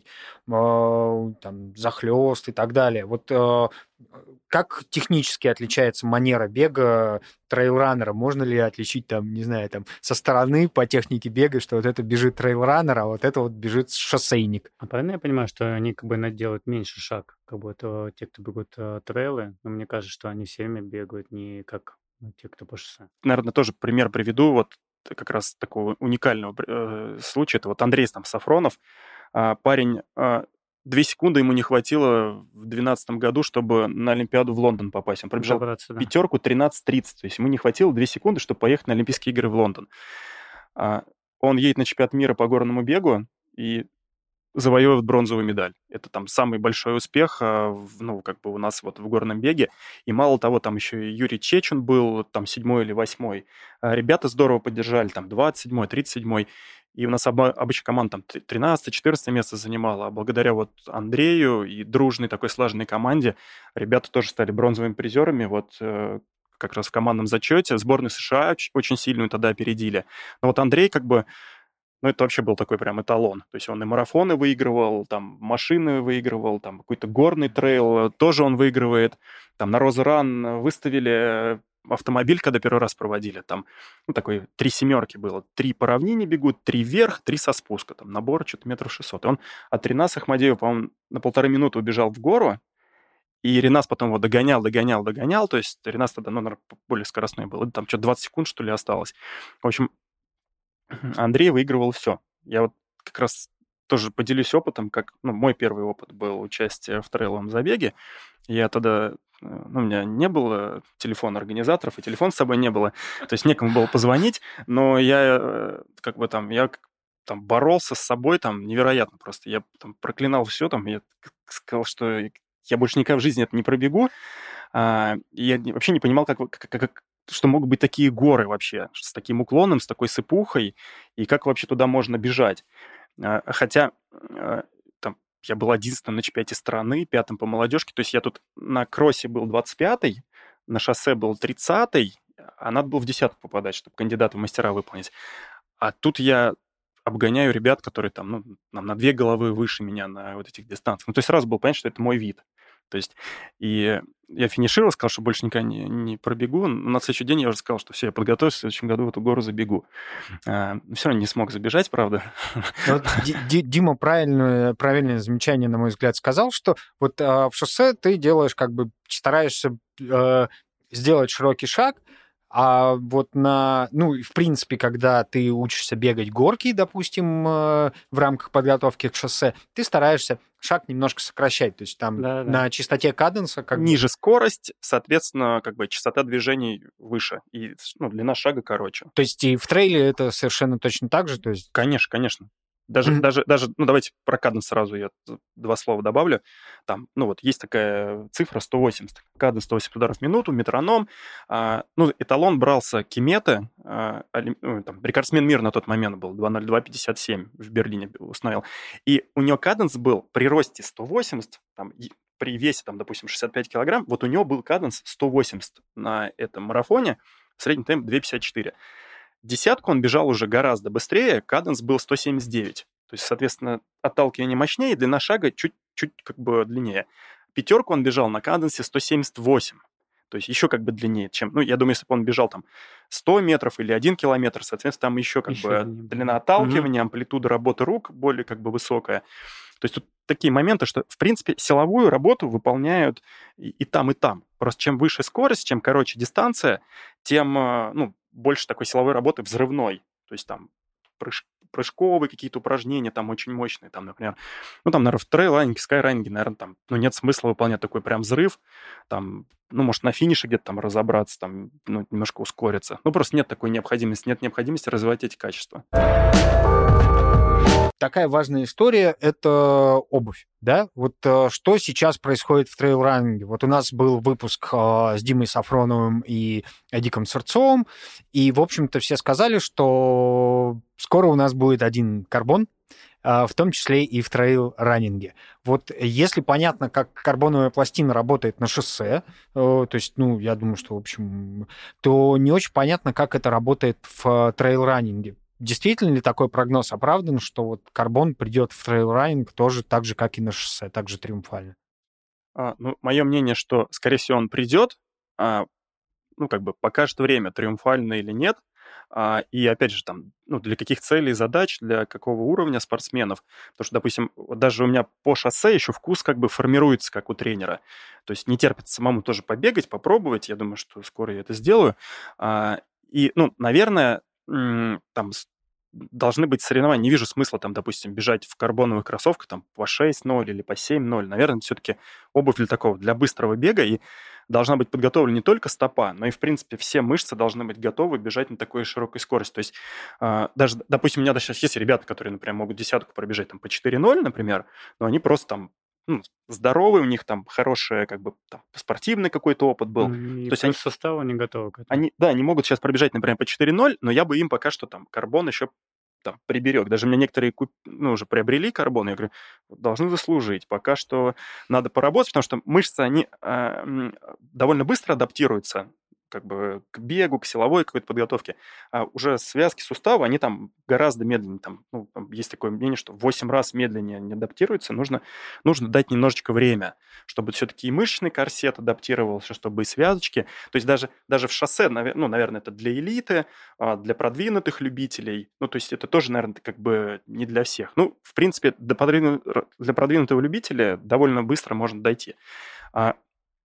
э, там, захлёст и так далее. Вот э, как технически отличается манера бега трейлраннера? Можно ли отличить там, не знаю, там со стороны по технике бега, что вот это бежит трейлраннер, а вот это вот бежит шоссейник? А правильно я понимаю, что они как бы делают меньше шаг, как бы это те, кто бегут э, трейлы, но мне кажется, что они все время бегают не как ну, те, кто по шоссе. Наверное, тоже пример приведу, вот как раз такого уникального э, случая. Это вот Андрей там Сафронов, э, парень... Э, Две секунды ему не хватило в двенадцатом году, чтобы на Олимпиаду в Лондон попасть. Он пробежал Добраться, да. пятерку тринадцать тридцать. То есть ему не хватило две секунды, чтобы поехать на Олимпийские игры в Лондон. Он едет на чемпионат мира по горному бегу и завоевывает бронзовую медаль. Это там самый большой успех ну, как бы у нас вот в горном беге. И мало того, там еще и Юрий Чечен был, там седьмой или восьмой. Ребята здорово поддержали, там двадцать седьмой, тридцать седьмой. И у нас обычно команда там тринадцатое-четырнадцатое место занимала. А благодаря вот Андрею и дружной такой слаженной команде ребята тоже стали бронзовыми призерами. Вот как раз в командном зачете. Сборную США очень сильную тогда опередили. Но вот Андрей как бы ну, это вообще был такой прям эталон. То есть он и марафоны выигрывал, там машины выигрывал, там какой-то горный трейл тоже он выигрывает. Там на Роза Ран выставили автомобиль, когда первый раз проводили. Там ну, такой три семерки было. Три по равнине бегут, три вверх, три со спуска. Там набор что-то метров шестьсот. И он от Ренаса Ахмадеева, по-моему, на полторы минуты убежал в гору. И Ренас потом его догонял, догонял, догонял. То есть Ренас тогда номер более скоростной был. Там что-то двадцать секунд, что ли, осталось. В общем, Андрей выигрывал все. Я вот как раз тоже поделюсь опытом, как ну, мой первый опыт был участие в трейловом забеге. Я тогда ну, у меня не было телефона организаторов, и телефон с собой не было, то есть некому было позвонить, но я как бы там, я там боролся с собой там невероятно просто. Я там проклинал все, там, я сказал, что я больше никогда в жизни это не пробегу. А, и я вообще не понимал, как, как, как, что могут быть такие горы вообще, с таким уклоном, с такой сыпухой, и как вообще туда можно бежать. А, хотя там, я был одиннадцатым на чемпионате страны, пятым по молодежке, то есть я тут на кроссе был двадцать пятый, на шоссе был тридцатый, а надо было в десятку попадать, чтобы кандидата в мастера выполнить. А тут я обгоняю ребят, которые там, ну, там, на две головы выше меня на вот этих дистанциях. Ну, то есть сразу было понятно, что это мой вид. То есть, и я финишировал, сказал, что больше никогда не, не пробегу. Но на следующий день я уже сказал, что все, я подготовился, в следующем году в эту гору забегу. А, все равно не смог забежать, правда. Вот Дима правильное, правильное замечание, на мой взгляд, сказал, что вот а, в шоссе ты делаешь, как бы стараешься а, сделать широкий шаг, а вот на, ну, в принципе, когда ты учишься бегать горки, допустим, в рамках подготовки к шоссе, ты стараешься шаг немножко сокращать, то есть там да, да. на частоте каденса... Как Ниже бы... скорость, соответственно, как бы частота движений выше, и ну, длина шага короче. То есть и в трейле это совершенно точно так же? То есть... Конечно, конечно. Даже, mm-hmm. даже, даже, ну, давайте про каденс сразу я два слова добавлю. Там, ну, вот есть такая цифра сто восемьдесят. Каденс сто восемьдесят ударов в минуту, метроном. А, ну, эталон брался Кимета, а, ну, там, рекордсмен мира на тот момент был, два ноль два пятьдесят семь в Берлине установил. И у него каденс был при росте сто восемьдесят, там, при весе, там, допустим, шестьдесят пять килограмм, вот у него был каденс сто восемьдесят на этом марафоне, средний темп две пятьдесят четыре. Десятку он бежал уже гораздо быстрее, каденс был сто семьдесят девять. То есть, соответственно, отталкивание мощнее, длина шага чуть-чуть как бы длиннее. Пятерку он бежал на каденсе сто семьдесят восемь. То есть еще как бы длиннее, чем... Ну, я думаю, если бы он бежал там сто метров или один километр, соответственно, там еще как еще бы длиннее. Длина отталкивания, угу. амплитуда работы рук более как бы высокая. То есть тут такие моменты, что, в принципе, силовую работу выполняют и, и там, и там. Просто чем выше скорость, чем короче дистанция, тем, ну, больше такой силовой работы взрывной. То есть там прыж, прыжковые какие-то упражнения там очень мощные. Там, например, ну, там, наверное, в трейлранинге, скайранинге, наверное, там, ну, нет смысла выполнять такой прям взрыв. Там, ну, может, на финише где-то там разобраться, там, ну, немножко ускориться. Ну, просто нет такой необходимости, нет необходимости развивать эти качества. Такая важная история – это обувь, да? Вот э, что сейчас происходит в трейл-раннинге? Вот у нас был выпуск э, с Димой Сафроновым и Эдиком Сырцовым, и, в общем-то, все сказали, что скоро у нас будет один карбон, э, в том числе и в трейл-раннинге. Вот если понятно, как карбоновая пластина работает на шоссе, э, то есть, ну, я думаю, что, в общем, то не очень понятно, как это работает в трейл-раннинге. Действительно ли такой прогноз оправдан, что вот карбон придет в трейл-раннинг тоже так же, как и на шоссе, так же триумфально? А, ну, мое мнение, что, скорее всего, он придет, а, ну, как бы покажет время, триумфально или нет, а, и, опять же, там, ну, для каких целей, задач, для какого уровня спортсменов. Потому что, допустим, вот даже у меня по шоссе еще вкус как бы формируется, как у тренера. То есть не терпится самому тоже побегать, попробовать. Я думаю, что скоро я это сделаю. А, и, ну, наверное, там должны быть соревнования. Не вижу смысла, там, допустим, бежать в карбоновых кроссовках там, по шесть ноль или по семь ноль. Наверное, все-таки обувь для такого, для быстрого бега, и должна быть подготовлена не только стопа, но и, в принципе, все мышцы должны быть готовы бежать на такой широкой скорости. То есть э, даже, допустим, у меня даже сейчас есть ребята, которые, например, могут десятку пробежать там, по четыре ноль, например, но они просто там ну, здоровые, у них там хороший, как бы, там, спортивный какой-то опыт был. И То есть они составу не готовы к этому. Они, да, они могут сейчас пробежать, например, по четыре ноль, но я бы им пока что там карбон еще там приберег. Даже мне некоторые куп... ну, уже приобрели карбон, я говорю, должны заслужить. Пока что надо поработать, потому что мышцы, они э, довольно быстро адаптируются как бы к бегу, к силовой какой-то подготовке. А уже связки сустава, они там гораздо медленнее. Там, ну, там есть такое мнение, что в восемь раз медленнее не адаптируются. Нужно, нужно дать немножечко время, чтобы все-таки и мышечный корсет адаптировался, чтобы и связочки. То есть даже, даже в шоссе, ну, наверное, это для элиты, для продвинутых любителей. Ну, то есть это тоже, наверное, как бы не для всех. Ну, в принципе, для продвинутого любителя довольно быстро можно дойти.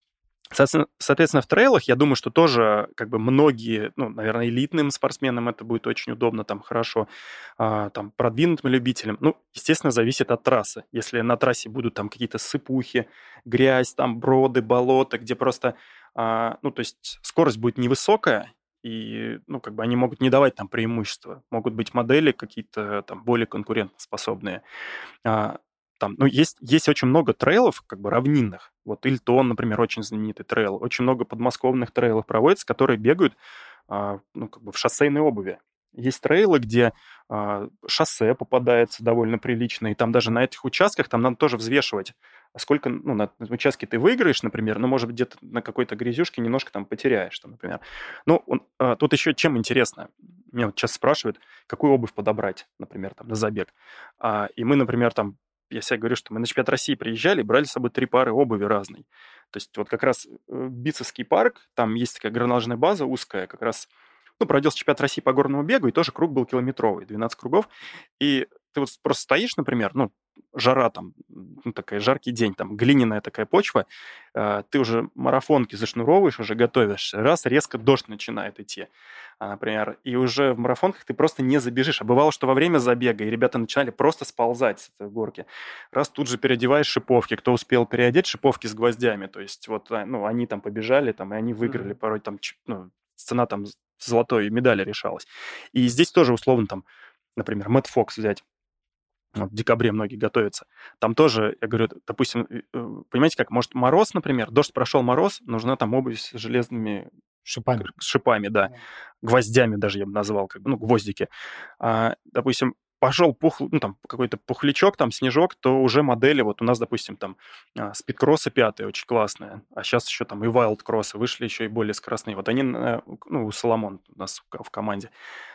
Соответственно, соответственно, в трейлах, я думаю, что тоже как бы многие, ну, наверное, элитным спортсменам это будет очень удобно, там, хорошо, а, там, продвинутым любителям. Ну, естественно, зависит от трассы. Если на трассе будут там какие-то сыпухи, грязь, там, броды, болота, где просто, а, ну, то есть скорость будет невысокая, и, ну, как бы они могут не давать там преимущества. Могут быть модели какие-то там более конкурентоспособные. А, Там, ну, есть, есть очень много трейлов, как бы равнинных. Вот Ильтон, например, очень знаменитый трейл. Очень много подмосковных трейлов проводится, которые бегают, а, ну, как бы в шоссейной обуви. Есть трейлы, где а, шоссе попадается довольно прилично, и там даже на этих участках там надо тоже взвешивать, сколько, ну, на этом участке ты выиграешь, например, но, может быть, где-то на какой-то грязюшке немножко там потеряешь, там, например. Ну, он, а, тут еще чем интересно. Меня вот сейчас спрашивают, какую обувь подобрать, например, там, на забег. А, и мы, например, там, я всегда говорю, что мы на чемпионат России приезжали, брали с собой три пары обуви разной. То есть вот как раз Битцевский парк, там есть такая горнолыжная база узкая, как раз, ну, проводился чемпионат России по горному бегу, и тоже круг был километровый, двенадцать кругов. И ты вот просто стоишь, например, ну, жара там, ну, такой жаркий день, там, глиняная такая почва, э, ты уже марафонки зашнуровываешь, уже готовишься, раз, резко дождь начинает идти, например, и уже в марафонках ты просто не забежишь. А бывало, что во время забега, и ребята начинали просто сползать с этой горки. Раз тут же переодеваешь шиповки, кто успел переодеть шиповки с гвоздями, то есть вот, ну, они там побежали, там, и они выиграли, mm-hmm. порой там, ну, цена там золотой медали решалась. И здесь тоже условно там, например, Мэтт Фокс взять. Вот в декабре многие готовятся. Там тоже, я говорю, допустим, понимаете как, может мороз, например, дождь прошел, мороз, нужна там обувь с железными шипами, шипами, да, yeah. гвоздями даже я бы назвал, как бы, ну, гвоздики. А, допустим, пошел пух, ну, там, какой-то пухлячок, там, снежок, то уже модели, вот у нас, допустим, там, спидкроссы пятые очень классные, а сейчас еще там и вайлдкроссы вышли еще и более скоростные. Вот они, ну, у Соломон у нас в команде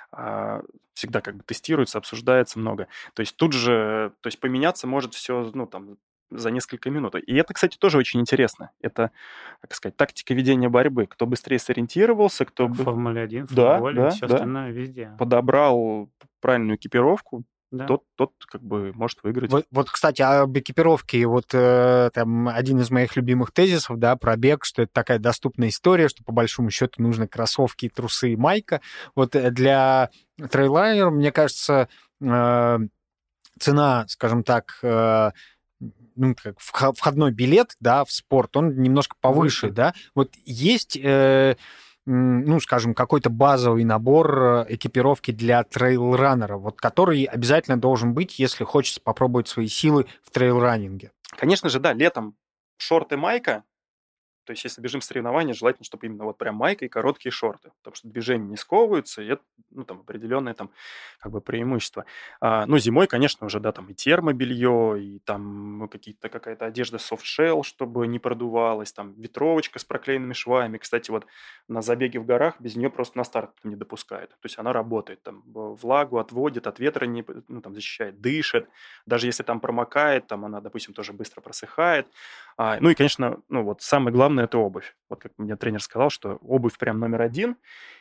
всегда как бы тестируется, обсуждается много. То есть тут же, то есть поменяться может все, ну, там, за несколько минут. И это, кстати, тоже очень интересно. Это, как сказать, тактика ведения борьбы. Кто быстрее сориентировался, кто... В Формуле один, в да, футболе, да, все да. остальное везде. Подобрал правильную экипировку, да. тот, тот как бы может выиграть. Вот, вот, кстати, об экипировке. Вот э, там один из моих любимых тезисов, да, про бег, что это такая доступная история, что по большому счету нужны кроссовки, трусы и майка. Вот для трейлайнера, мне кажется, э, цена, скажем так, э, ну, как входной билет, да, в спорт, он немножко повыше, да. Вот есть... Э, ну, скажем, какой-то базовый набор экипировки для трейл-раннера, вот, который обязательно должен быть, если хочется попробовать свои силы в трейл-раннинге. Конечно же, да, летом шорты, майка. То есть, если бежим в соревнования, желательно, чтобы именно вот прям майка и короткие шорты, потому что движения не сковываются, и это, ну, там, определенное там, как бы, преимущество. А, ну, зимой, конечно, уже, да, там и термобелье, и там какие-то, какая-то одежда софт-шелл, чтобы не продувалась, там, ветровочка с проклеенными швами. Кстати, вот на забеге в горах без нее просто на старт не допускают. То есть, она работает, там, влагу отводит, от ветра не, ну, там, защищает, дышит. Даже если там промокает, там, она, допустим, тоже быстро просыхает. А, ну, и, конечно, ну, вот самое главное, это обувь. Вот как мне тренер сказал, что обувь прям номер один.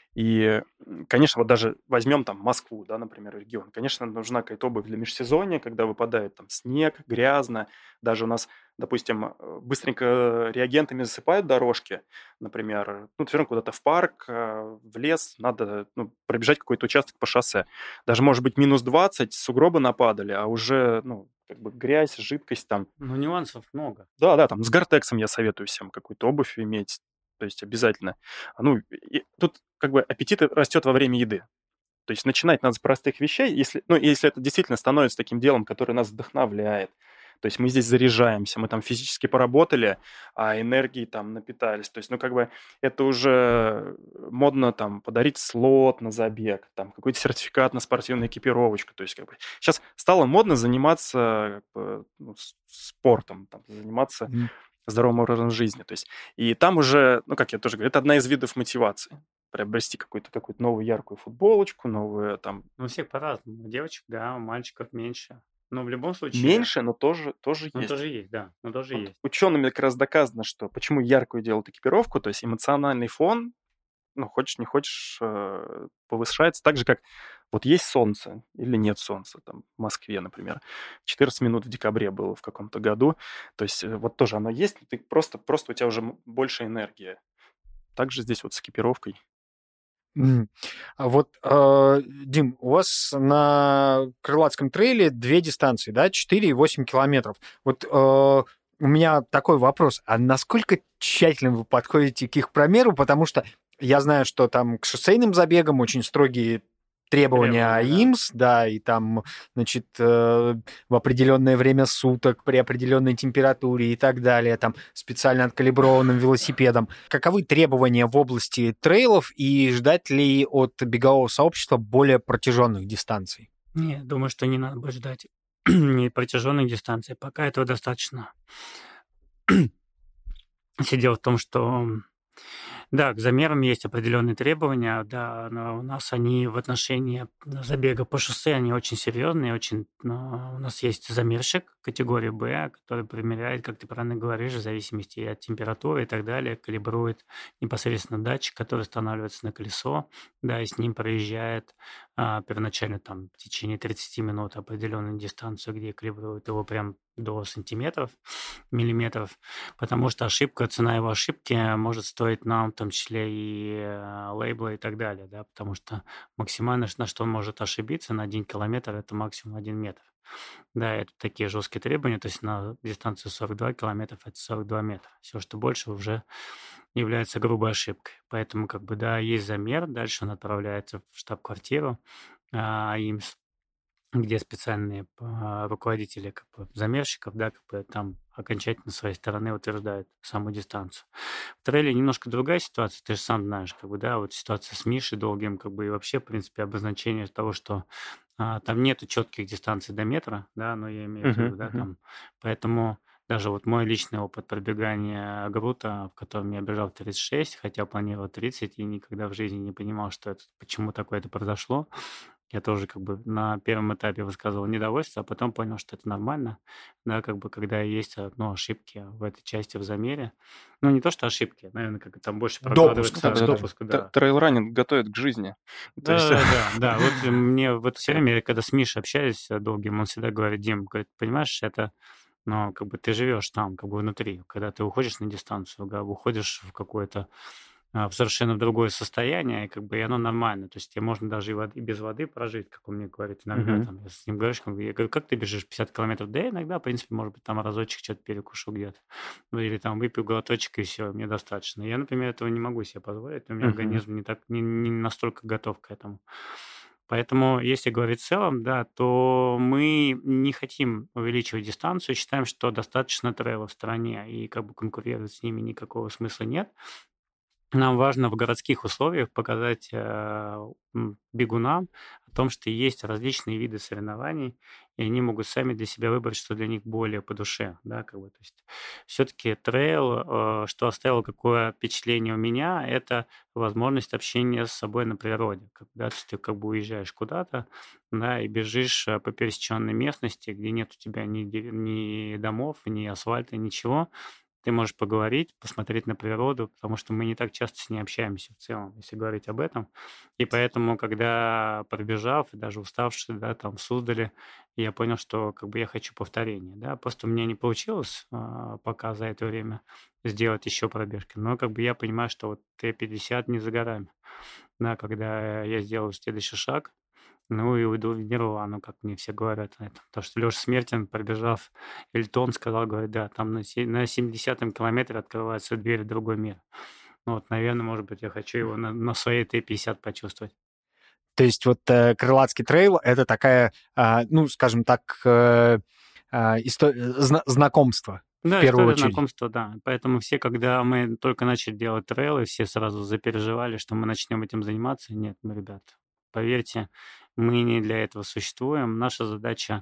И, конечно, вот даже возьмем там Москву, да, например, регион. Конечно, нужна какая-то обувь для межсезонья, когда выпадает там снег, грязно. Даже у нас, допустим, быстренько реагентами засыпают дорожки, например, ну, все равно куда-то в парк, в лес, надо, ну, пробежать какой-то участок по шоссе. Даже, может быть, минус двадцать, сугробы нападали, а уже, ну, как бы грязь, жидкость там. Ну, нюансов много. Да, да, там с Гортексом я советую всем какую-то обувь иметь, то есть обязательно. Ну, и тут как бы аппетит растет во время еды. То есть начинать надо с простых вещей, если, ну, если это действительно становится таким делом, которое нас вдохновляет. То есть мы здесь заряжаемся, мы там физически поработали, а энергией там напитались. То есть, ну, как бы это уже модно там подарить слот на забег, там какой-то сертификат на спортивную экипировочку. То есть, как бы сейчас стало модно заниматься как бы, ну, спортом, там, заниматься mm. здоровым образом жизни. То есть, и там уже, ну, как я тоже говорю, это одна из видов мотивации. Приобрести какую-то какую-то новую яркую футболочку, новую там... Ну, у всех по-разному. У девочек, да, у мальчиков меньше. Но в любом случае... Меньше, но тоже, тоже но есть. тоже есть, да. Но тоже вот есть. Учеными как раз доказано, что почему яркую делают экипировку, то есть эмоциональный фон, ну, хочешь, не хочешь, повышается. Так же, как Вот есть солнце или нет солнца, там, в Москве, например. четырнадцать минут в декабре было в каком-то году. То есть э, вот тоже оно есть, но ты просто, просто у тебя уже м- больше энергии. Также здесь вот с экипировкой. Мгм. А вот, э, Дим, у вас на Крылатском трейле две дистанции, да, четыре и восемь километров. Вот э, у меня такой вопрос. А насколько тщательно вы подходите к их промеру? Потому что я знаю, что там к шоссейным забегам очень строгие требования Требования, да. АИМС, да, и там, значит, э, в определенное время суток, при определенной температуре и так далее, там специально откалиброванным велосипедом. Каковы требования в области трейлов и ждать ли от бегового сообщества более протяженных дистанций? Не, думаю, что не надо будет ждать не протяженных дистанций. Пока этого достаточно. Все дело в том, что да, к замерам есть определенные требования, да, но у нас они в отношении забега по шоссе, они очень серьезные, очень... но у нас есть замерщик категории Б, который примеряет, как ты правильно говоришь, в зависимости от температуры и так далее, калибрует непосредственно датчик, который устанавливается на колесо, да, и с ним проезжает а, первоначально там в течение тридцати минут определенную дистанцию, где калибрует его прям до сантиметров, миллиметров, потому что ошибка, цена его ошибки может стоить нам, в том числе и э, лейбла и так далее, да, потому что максимально, на что он может ошибиться на один километр, это максимум один метр. Да, это такие жесткие требования, то есть на дистанцию сорок два километра это сорок два метра. Все, что больше, уже является грубой ошибкой. Поэтому, как бы, да, есть замер, дальше он отправляется в штаб-квартиру а, АИМС, где специальные а, руководители как бы, замерщиков, да, как бы там окончательно с своей стороны утверждают саму дистанцию. В трейле немножко другая ситуация, ты же сам знаешь, как бы, да, вот ситуация с Мишей Долгим, как бы, и вообще, в принципе, обозначение того, что а, там нету четких дистанций до метра, да, но я имею в виду, Мгм, да, мгм. там, поэтому даже вот мой личный опыт пробегания Грута, в котором я бежал в тридцать шесть, хотя планировал тридцать, и никогда в жизни не понимал, что это, почему такое это произошло. Я тоже как бы на первом этапе высказывал недовольство, а потом понял, что это нормально, да, как бы когда есть, э, ну, ошибки в этой части в замере. Ну, не то, что ошибки, наверное, как там больше Допуск, Ну, прокладывается так это скажем. допуск, т- да. трейл-раннинг готовит к жизни. То есть, Да-да-да, да. Вот э, мне вот все время, когда с Мишей общаюсь э, долгим, он всегда говорит: Дим, говорит, понимаешь, это, ну, как бы ты живешь там, как бы внутри. Когда ты уходишь на дистанцию, да, уходишь в какое-то а, в совершенно другое состояние, и как бы и оно нормально. То есть тебе можно даже и, вод- и без воды прожить, как он мне говорит иногда. мгм. Там, я с ним говоришь, как бы, я говорю, как ты бежишь пятьдесят километров? Да, иногда, в принципе, может быть, там разочек что-то перекушу где-то. Ну, или там выпью глоточек, и все, мне достаточно. Я, например, этого не могу себе позволить, у меня Мгм. организм не, так, не, не настолько готов к этому. Поэтому, если говорить в целом, да, то мы не хотим увеличивать дистанцию, считаем, что достаточно трейла в стране, и как бы конкурировать с ними никакого смысла нет. Нам важно в городских условиях показать э, м, бегунам о том, что есть различные виды соревнований, и они могут сами для себя выбрать, что для них более по душе, да, как бы, то есть все-таки трейл, э, что оставило какое впечатление у меня, это возможность общения с собой на природе, когда ты ты как бы уезжаешь куда-то, да, и бежишь э, по пересеченной местности, где нет у тебя ни, дерев- ни домов, ни асфальта, ничего, ты можешь поговорить, посмотреть на природу, потому что мы не так часто с ней общаемся в целом, если говорить об этом. И поэтому, когда пробежав, и даже уставший, да, там в Суздале, я понял, что как бы я хочу повторения, да. Просто у меня не получилось а, пока за это время сделать еще пробежки, но как бы я понимаю, что вот Т пятьдесят не за горами, да, когда я сделаю следующий шаг, ну и уйду в нирвану, как мне все говорят на это. Потому что Леша Смертин, пробежав Эльтон, сказал, говорит, да, там на, се- на семидесятом километре открывается дверь в другой мир. Ну вот, наверное, может быть, я хочу его на, на своей Т пятьдесят почувствовать. То есть вот э, Крылатский трейл — это такая, а, ну, скажем так, э, а, исто- э, зна- знакомство в Да, первую история очередь. знакомства, да. Поэтому все, когда мы только начали делать трейлы, все сразу запереживали, что мы начнем этим заниматься. Нет, ну, ребят, поверьте, мы не для этого существуем. Наша задача,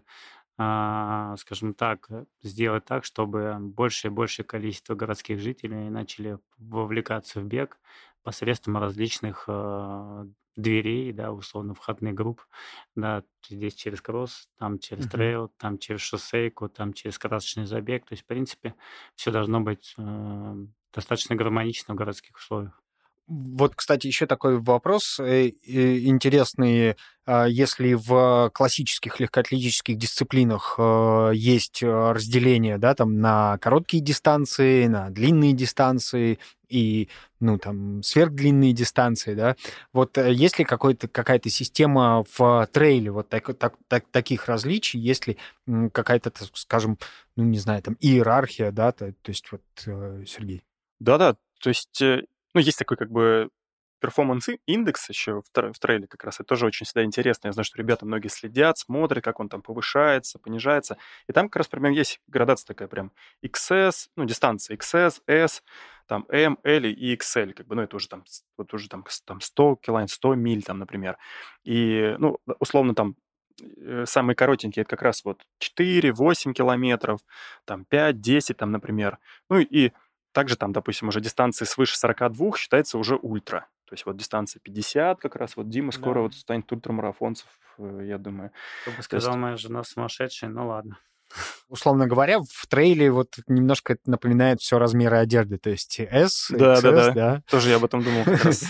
а, скажем так, э, сделать так, чтобы больше и большее количество городских жителей начали вовлекаться в бег посредством различных а, дверей, да, условно, входных групп, да, здесь через кросс, там через Мгм. трейл, там через шоссейку, там через красочный забег. То есть, в принципе, все должно быть э, достаточно гармонично в городских условиях. Вот, кстати, еще такой вопрос э, э, интересный. А Если в классических легкоатлетических дисциплинах э, есть э, разделение, да, там на короткие дистанции, на длинные дистанции и, ну, там, сверхдлинные дистанции, да, вот э, есть ли какой-то, какая-то система в трейле вот так, так- так- таких различий, есть ли м, какая-то, так скажем, ну, не знаю, там, иерархия, да, то, то есть вот, э, Сергей? Да-да, то есть, э, ну, есть такой как бы перформанс-индекс еще в, тр- в трейле как раз, это тоже очень всегда интересно. Я знаю, что ребята многие следят, смотрят, как он там повышается, понижается. И там как раз прям есть градация такая прям икс эс, ну, дистанция икс эс, S, там M, L и икс эль, как бы, ну, это уже там, с- вот уже там, с- там сто километров, сто миль там, например. И, ну, условно там э, самые коротенькие, это как раз вот четыре-восемь километров, там пять, десять, там, например. Ну и также там, допустим, уже дистанции свыше сорока двух считается уже ультра. То есть вот дистанция пятьдесят как раз, вот Дима скоро Да. вот станет ультрамарафонцев, э, я думаю. Кто бы То сказал, есть, моя жена сумасшедшая, ну ладно. Условно говоря, в трейле вот немножко это напоминает все размеры одежды, то есть S, икс эс, да-да-да, да. тоже я об этом думал как раз.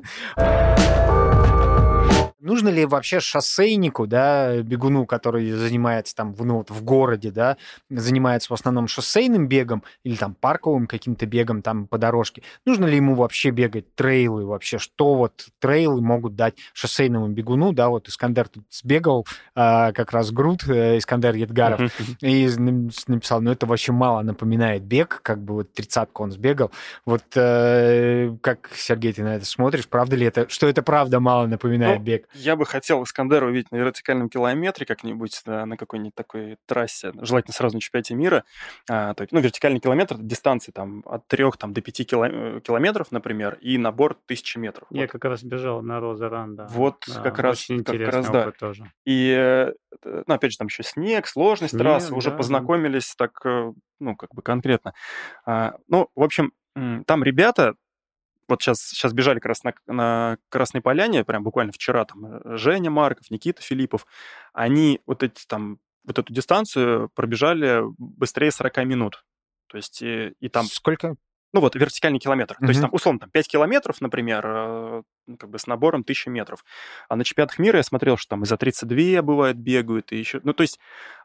Нужно ли вообще шоссейнику, да, бегуну, который занимается там в, ну, вот в городе, да, занимается в основном шоссейным бегом или там парковым каким-то бегом там по дорожке, нужно ли ему вообще бегать трейлы вообще? Что вот трейлы могут дать шоссейному бегуну, да, вот Искандер тут сбегал, а, как раз Грут, э, Искандер Едгаров, Мгм, мгм. и на- написал, ну это вообще мало напоминает бег, как бы вот тридцатку он сбегал. Вот э, как, Сергей, ты на это смотришь? Правда ли это, что это правда мало напоминает Ну, бег? я бы хотел Искандера увидеть на вертикальном километре как-нибудь, да, на какой-нибудь такой трассе, желательно сразу на чемпионате мира. А, то есть, ну, вертикальный километр — это дистанции там от трех там, до пяти кило- километров, например, и набор тысячи метров. Я Вот, как раз бежал на Роза-Ран, да. вот Да, как раз, очень как раз интересный да. опыт тоже. И, э, т ну, опять же, там еще снег, сложность трассы, Снег, уже да, да. познакомились так, э, ну, как бы конкретно. А, ну, в общем, м, там ребята вот сейчас сейчас бежали как раз на на Красной Поляне, прям буквально вчера, там, э, Женя Марков, Никита Филиппов. Они вот эти там, вот эту дистанцию пробежали быстрее сорока минут. То есть, э, и там, Сколько? ну, вот вертикальный километр. То есть Мгм. там, условно, там пять километров, например, э, ну, как бы с набором тысячи метров. А на чемпионатах мира я смотрел, что там и за тридцать два бывает бегают, и еще... Ну, то есть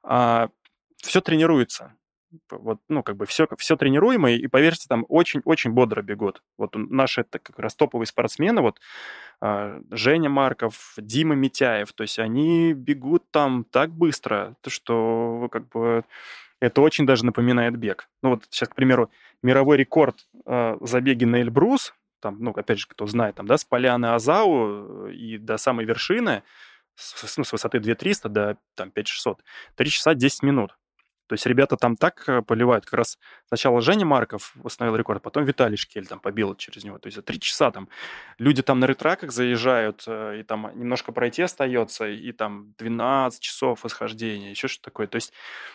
все тренируется. П- Вот, ну, как бы все, все тренируемое, и, поверьте, там очень-очень бодро бегут. Вот у- наши это как раз топовые спортсмены, вот а, Женя Марков, Дима Митяев, то есть они бегут там так быстро, то что как бы это очень даже напоминает бег. Ну вот сейчас, к примеру, мировой рекорд э, в забеге на Эльбрус, там, ну, опять же, кто знает, там, да, с поляны Азау э, и до самой вершины, с, с- ну, с высоты две тысячи триста до там, пять тысяч шестьсот, три часа десять минут. То есть ребята там так э, поливают. Как раз сначала Женя Марков установил рекорд, потом Виталий Шкель там побил через него. То есть за три часа там люди там на ретраках заезжают, э, и там немножко пройти остается, и там двенадцать часов восхождения, еще что-то такое. То есть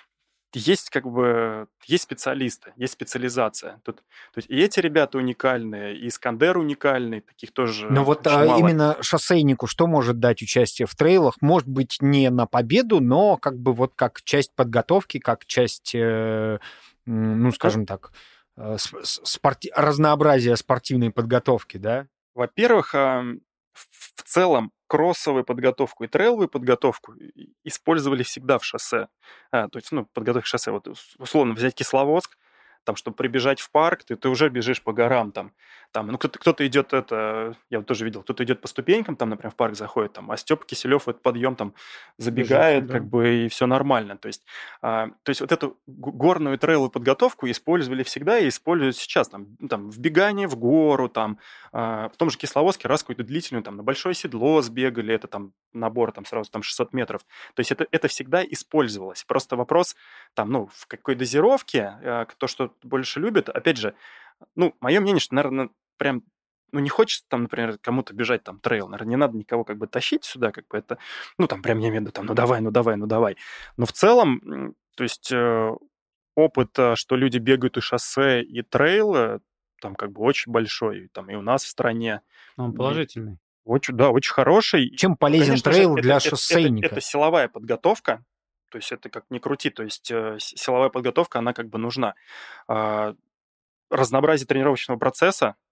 есть как бы, есть специалисты, есть специализация. Тут, то есть и эти ребята уникальные, и Искандер уникальный, таких Но тоже вот очень а, мало. именно шоссейнику что может дать участие в трейлах? Может быть, не на победу, но как бы вот как часть подготовки, как часть, э, м, ну, Ну, скажем так, э, с- с- спорти- разнообразия спортивной подготовки, да? во-первых, ам, в в целом кроссовую подготовку и трейловую подготовку и- использовали всегда в шоссе. А, то есть, ну, подготовка к шоссе. Вот ус- условно взять Кисловодск, там, чтобы прибежать в парк, ты, ты уже бежишь по горам там. Там, ну, кто-то, кто-то идет, это, я вот тоже видел, кто-то идет по ступенькам, там, например, в парк заходит, там, а Степа Киселев в этот подъем там Бежит, забегает, да. как бы, и все нормально. То есть, а, то есть вот эту г- горную трейловую подготовку использовали всегда и используют сейчас, там, ну, там, в бегании в гору, там, а, в том же Кисловодске раз какую-то длительную, там, на большое седло сбегали, это там набор там сразу там шестьсот метров. То есть это, это всегда использовалось. Просто вопрос там, ну, в какой дозировке, э, кто что больше любит. Опять же, ну, мое мнение, что, наверное, прям, ну, не хочется там, например, кому-то бежать там трейл, наверное, не надо никого как бы тащить сюда, как бы это, ну, там прям я имею в виду, там, ну, давай, ну, давай, ну, давай. Но в целом, м, то есть э, опыт, э, что люди бегают и шоссе, и трейлы, там как бы очень большой, там и у нас в стране. Он И положительный. очень, да, очень хороший. Чем Ну, полезен конечно же, трейл это, для это, это, это шоссейника? силовая подготовка, то есть это как ни крути, то есть э, с- силовая подготовка, она как бы нужна. А, разнообразие тренировочного процесса,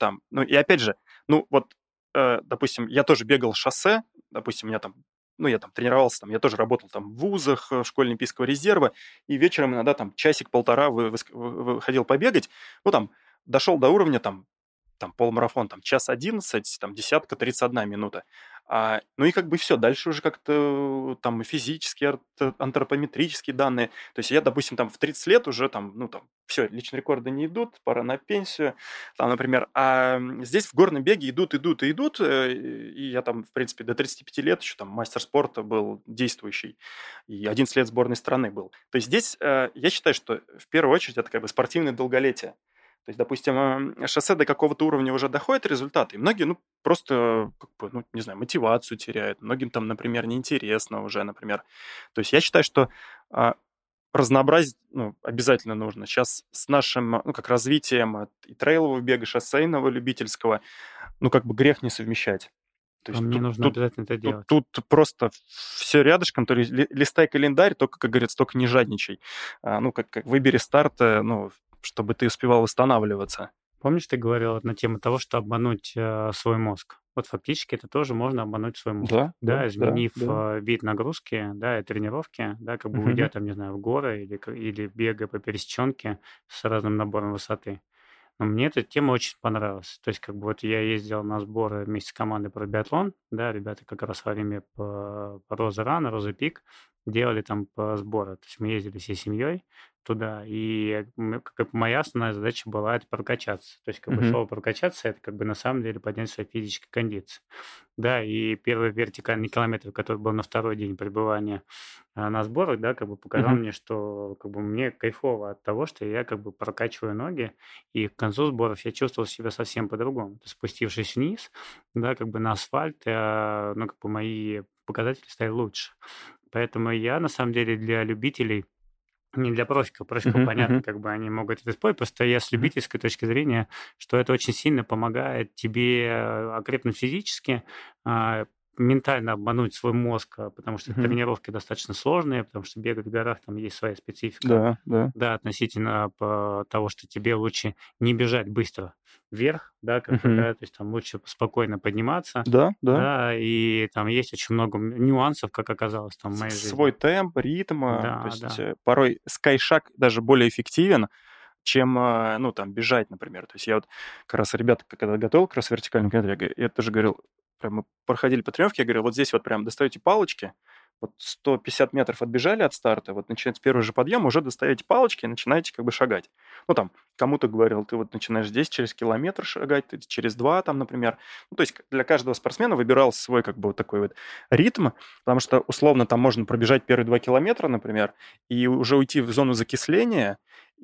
там, ну, и опять же, ну, вот, э, допустим, я тоже бегал шоссе, допустим, у меня там, ну, я там тренировался, там, я тоже работал там в вузах, в школе Олимпийского резерва, и вечером иногда там часик-полтора вы, вы, выходил побегать, ну, там, дошел до уровня, там, там полумарафон, там, час одиннадцать, там, десятка, тридцать одна минута. А, ну и как бы все, дальше уже как-то там физические, антропометрические данные. То есть я, допустим, там в тридцать лет уже там, ну там, все, личные рекорды не идут, пора на пенсию, там, например. А здесь в горном беге идут, идут и идут, и я там, в принципе, до тридцати пяти лет еще там мастер спорта был действующий, и одиннадцать лет сборной страны был. То есть здесь я считаю, что в первую очередь это как бы спортивное долголетие. То есть, допустим, шоссе до какого-то уровня уже доходит результаты, и многие, ну, просто, как бы, ну, не знаю, мотивацию теряют, многим там, например, неинтересно уже, например. То есть я считаю, что а, разнообразить, ну, обязательно нужно. Сейчас с нашим, ну, как развитием и трейлового бега, шоссейного, любительского, ну, как бы грех не совмещать. То есть а мне тут, нужно тут, обязательно это делать. Тут, тут просто все рядышком, то есть листай календарь, только, как говорится, только не жадничай. А, ну, как, как выбери старт, ну, чтобы ты успевал восстанавливаться. Помнишь, ты говорил на тему того, что обмануть э, свой мозг? Вот фактически это тоже можно обмануть свой мозг. Да, да, да, изменив да. вид нагрузки, да, и тренировки, да, как бы Мгм. уйдя там, не знаю, в горы или, или бегая по пересеченке с разным набором высоты. Но мне эта тема очень понравилась. То есть, как бы вот я ездил на сборы вместе с командой про биатлон, да, ребята как раз во время по, по Роза Ран, Роза Пик делали там по сборы. То есть мы ездили всей семьей туда, и мы- как бы моя основная задача была это прокачаться. То есть, как бы Мгм. слово прокачаться, это как бы на самом деле поднять свою физическую кондицию. Да, и первый вертикальный километр, который был на второй день пребывания а, на сборах, да, как бы показал Мгм. мне, что как бы мне кайфово от того, что я как бы прокачиваю ноги, и к концу сборов я чувствовал себя совсем по-другому. То есть спустившись вниз, да, как бы на асфальт, э, ну, как бы мои показатели стали лучше. Поэтому я, на самом деле, для любителей, не для профиков, профиков, Мгм. понятно, Мгм. как бы они могут это использовать, просто я с Мгм. любительской точки зрения, что это очень сильно помогает тебе э, окрепнуть физически, а, ментально обмануть свой мозг, а, потому что Мгм. тренировки достаточно сложные, потому что бегать в горах, там есть своя специфика, Да, да. да, относительно по- того, что тебе лучше не бежать быстро вверх, да, как бы, Мгм. да, то есть там лучше спокойно подниматься, Да, да. да, и там есть очень много м- нюансов, как оказалось там в С- моей жизни. Свой темп, ритм. а, То Да, есть да. э, порой скайшаг даже более эффективен, чем, а, ну, там, бежать, например. То есть я вот как раз ребята, когда готовил как раз вертикальный километр, я, говорю- я тоже говорил, прям мы проходили по тренировке, я говорю, вот здесь вот прям достаете палочки, вот сто пятьдесят метров отбежали от старта, вот начинается первый же подъем, уже достаете палочки и начинаете как бы шагать. Ну, там, кому-то говорил, ты вот начинаешь здесь через километр шагать, ты через два, там, например. Ну, то есть для каждого спортсмена выбирал свой как бы вот такой вот ритм, потому что условно там можно пробежать первые два километра, например, и уже уйти в зону закисления,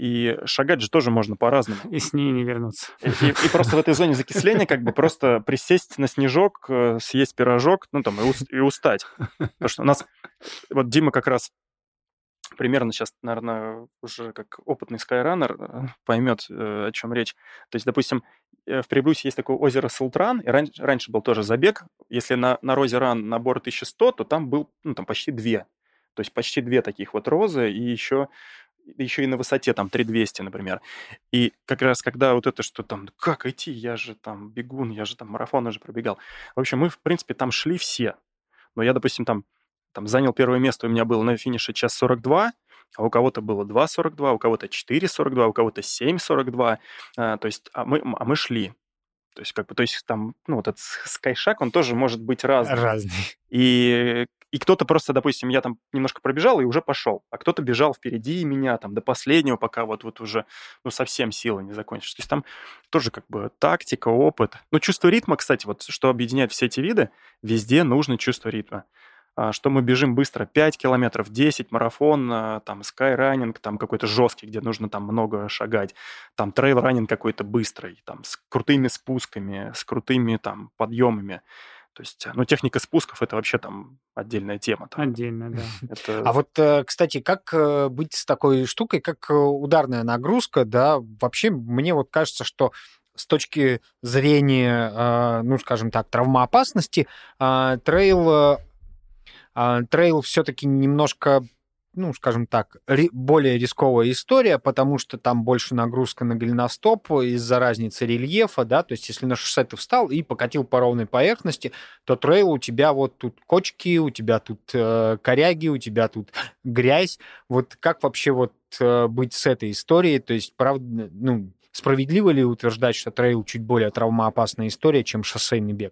и шагать же тоже можно по-разному. И с ней не вернуться. И, и- и просто в этой зоне закисления как бы просто присесть на снежок, э, съесть пирожок, ну там и, ус- и устать. Потому что у нас, вот Дима как раз примерно сейчас, наверное, уже как опытный скайраннер поймет, э, о чем речь. То есть, допустим, э, в Прибрусе есть такое озеро Султран, и ран- раньше был тоже забег. Если на, на розе Ран набор тысяча сто, то там был, ну, там почти две. То есть почти две таких вот розы, и еще, еще и на высоте там три тысячи двести, например. И как раз когда вот это, что там, как идти, я же там бегун, я же там марафон уже пробегал. В общем, мы, в принципе, там шли все. Но я, допустим, там, там занял первое место, у меня было на финише час сорок два, а у кого-то было два сорок два, у кого-то четыре сорок два, у кого-то семь сорок два. А, то есть, а мы, а мы шли. То есть, как бы, то есть там, ну, вот этот скайшаг, он тоже может быть разным. Разный. И, и кто-то просто, допустим, я там немножко пробежал и уже пошел, а кто-то бежал впереди меня там до последнего, пока вот, вот уже, ну, совсем силы не закончишь. То есть там тоже как бы тактика, опыт. Ну, чувство ритма, кстати, вот что объединяет все эти виды, везде нужно чувство ритма. А, Что мы бежим быстро, пять километров, десять, марафон, а, там, скайраннинг, там какой-то жесткий, где нужно там много шагать, там трейл-раннинг какой-то быстрый, там, с крутыми спусками, с крутыми там подъемами. То есть, ну, техника спусков — это вообще там отдельная тема. Там. Отдельно, да. Это... А вот, э, кстати, как э, быть с такой штукой, как э, ударная нагрузка, да, вообще мне вот кажется, что с точки зрения, э, ну, скажем так, травмоопасности, э, трейл, э, э, трейл все-таки немножко ну, скажем так, ри- более рисковая история, потому что там больше нагрузка на голеностоп из-за разницы рельефа, да, то есть если на шоссе ты встал и покатил по ровной поверхности, то трейл у тебя вот тут кочки, у тебя тут э, коряги, у тебя тут грязь. Вот как вообще вот э, быть с этой историей? То есть, правда, ну, справедливо ли утверждать, что трейл чуть более травмоопасная история, чем шоссейный бег?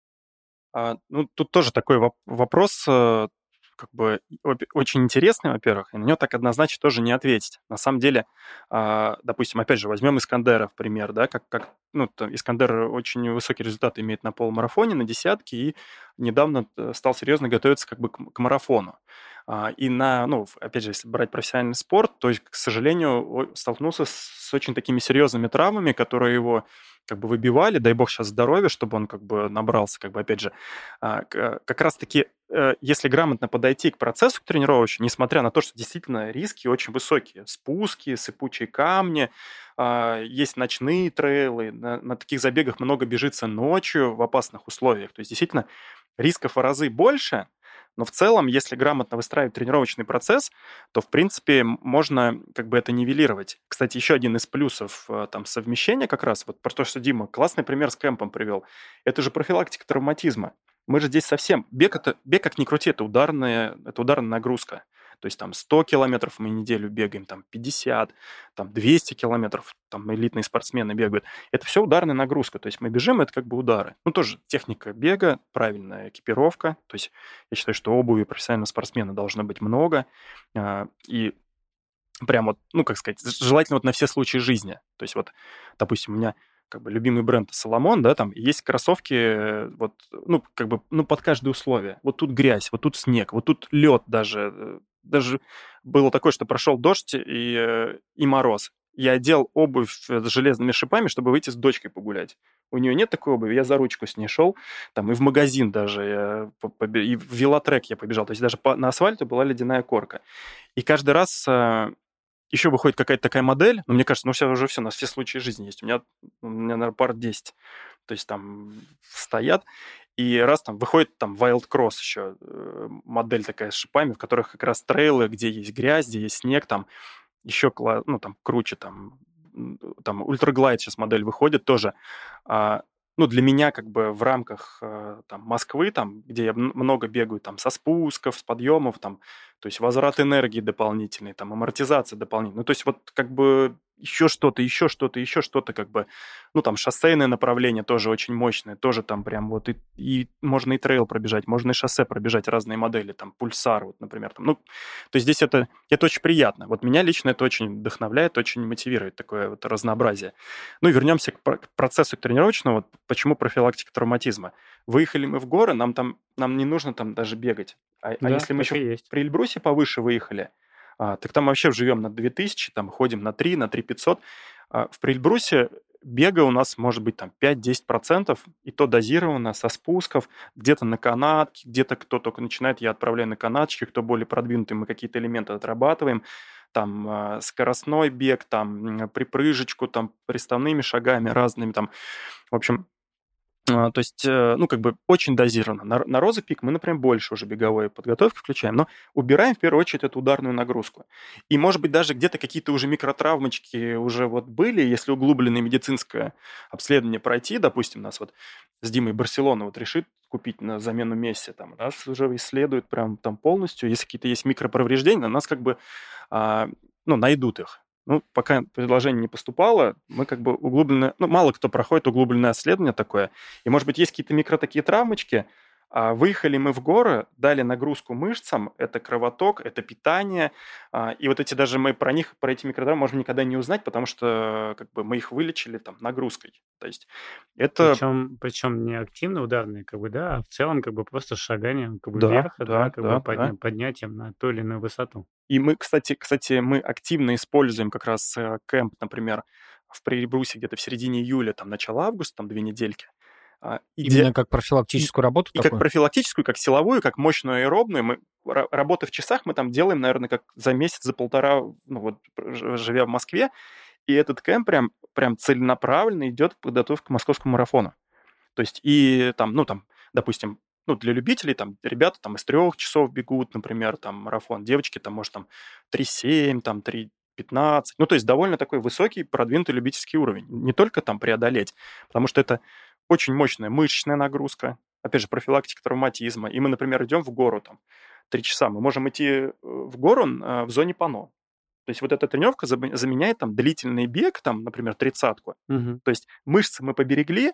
А, ну, тут тоже такой воп- вопрос, э, как бы опе- очень интересный, во-первых, и на него так однозначно тоже не ответить. На самом деле, а, допустим, опять же, возьмем Искандера в пример, да, как, как ну, там, Искандер очень высокий результат имеет на полумарафоне, на десятке, и недавно э, стал серьезно готовиться как бы к, м- к марафону. А, и на, ну, в- опять же, если брать профессиональный спорт, то, есть, к сожалению, о- столкнулся с, с очень такими серьезными травмами, которые его как бы выбивали, дай бог сейчас здоровья, чтобы он как бы набрался, как бы, опять же, а, к- как раз-таки, э, если грамотно подойти к процессу к тренировочному, несмотря на то, что действительно риски очень высокие, спуски, сыпучие камни, а, есть ночные трейлы, на, на таких забегах много бежится ночью в опасных условиях, то есть действительно рисков в разы больше, но в целом, если грамотно выстраивать тренировочный процесс, то, в принципе, м- можно как бы это нивелировать. Кстати, еще один из плюсов э, там совмещения как раз, вот про то, что Дима классный пример с кемпом привел, это же профилактика травматизма. Мы же здесь совсем... Бег, это, бег как ни крути, это ударная, это ударная нагрузка. То есть там сто километров мы неделю бегаем, там пятьдесят, там двести километров, там элитные спортсмены бегают. Это все ударная нагрузка. То есть мы бежим, это как бы удары. Ну, тоже техника бега, правильная экипировка. То есть я считаю, что обуви профессионального спортсмена должно быть много. а, И прям вот, ну, как сказать, желательно вот на все случаи жизни. То есть вот, допустим, у меня как бы любимый бренд Соломон, да, там есть кроссовки, э, вот, ну, как бы, ну, под каждое условие. Вот тут грязь, вот тут снег, вот тут лед даже. э, Даже было такое, что прошел дождь и, э, и мороз. Я одел обувь э, с железными шипами, чтобы выйти с дочкой погулять. У нее нет такой обуви, я за ручку с ней шел, там, и в магазин даже, я по- побе- и в велотрек я побежал. То есть даже по- на асфальте была ледяная корка. И каждый раз э, еще выходит какая-то такая модель, но мне кажется, ну все уже все, у нас все случаи жизни есть. У меня, у меня, наверное, пар десять. То есть там стоят, и раз там выходит там Wild Cross еще, э, модель такая с шипами, в которых как раз трейлы, где есть грязь, где есть снег, там еще, кла- ну, там круче, там, м, там Ultra Glide сейчас модель выходит тоже. А, ну, для меня как бы в рамках э, там Москвы, там, где я м- много бегаю, там, со спусков, с подъемов, там, то есть возврат энергии дополнительный, там, амортизация дополнительная. Ну, то есть вот как бы еще что-то, еще что-то, еще что-то, как бы, ну, там, шоссейное направление тоже очень мощное, тоже там прям вот и, и можно и трейл пробежать, можно и шоссе пробежать, разные модели, там, пульсар, вот, например, там, ну, то есть здесь это, это очень приятно. Вот меня лично это очень вдохновляет, очень мотивирует такое вот разнообразие. Ну и вернемся к, про- к процессу тренировочному. Вот почему профилактика травматизма? Выехали мы в горы, нам там нам не нужно там даже бегать. А, а Да, если мы так еще и есть. при Эльбрусе повыше выехали, а, так там вообще живем на две тысячи, там ходим на три, на три пятьсот. А в Прильбрусе бега у нас может быть там пять-десять процентов, и то дозировано, со спусков, где-то на канатке, где-то кто только начинает, я отправляю на канатчики, кто более продвинутый, мы какие-то элементы отрабатываем, там э, скоростной бег, там м, припрыжечку, там приставными шагами разными, там, в общем, а, то есть, э, ну, как бы очень дозировано. На, на розы пик мы, например, больше уже беговой подготовки включаем, но убираем в первую очередь эту ударную нагрузку. И, может быть, даже где-то какие-то уже микротравмочки уже вот были, если углубленное медицинское обследование пройти, допустим, нас вот с Димой Барселона вот решит купить на замену Месси, там, нас уже исследуют прям там полностью, если какие-то есть микропровреждения, нас как бы, а, ну, найдут их. Ну, пока предложение не поступало, мы как бы углубленное... Ну, мало кто проходит углубленное исследование такое. И, может быть, есть какие-то микро такие травмочки. А выехали мы в горы, дали нагрузку мышцам, это кровоток, это питание. А, и вот эти даже мы про них, про эти микротравмы можем никогда не узнать, потому что как бы мы их вылечили там нагрузкой. То есть это... Причем, причем не активно ударные, как бы, да, а в целом, как бы, просто шаганием, как бы, Да, вверх, да, да, как бы, да, да. подня- поднятием на ту или иную высоту. И мы, кстати, кстати, мы активно используем как раз э, кемп, например, в Прибрусе где-то в середине июля, там, начало августа, там, две недельки. А, иде- Именно как И, профилактическую работу и как такую? профилактическую, как силовую, как мощную аэробную. Мы, ра- работа в часах мы там делаем, наверное, как за месяц, за полтора, ну вот, ж- живя в Москве. И этот кемп прям, прям целенаправленно идет в подготовку к московскому марафону. То есть и там, ну там, допустим, ну, для любителей, там, ребята там из трех часов бегут, например, там, марафон, девочки там, может, там, три семь, там, три пятнадцать. Ну, то есть довольно такой высокий, продвинутый любительский уровень. Не только там преодолеть, потому что это очень мощная мышечная нагрузка, опять же, профилактика травматизма. И мы, например, идем в гору там три часа, мы можем идти в гору в зоне пано. То есть вот эта тренировка заменяет там длительный бег, там, например, тридцатку. Мгм. То есть мышцы мы поберегли,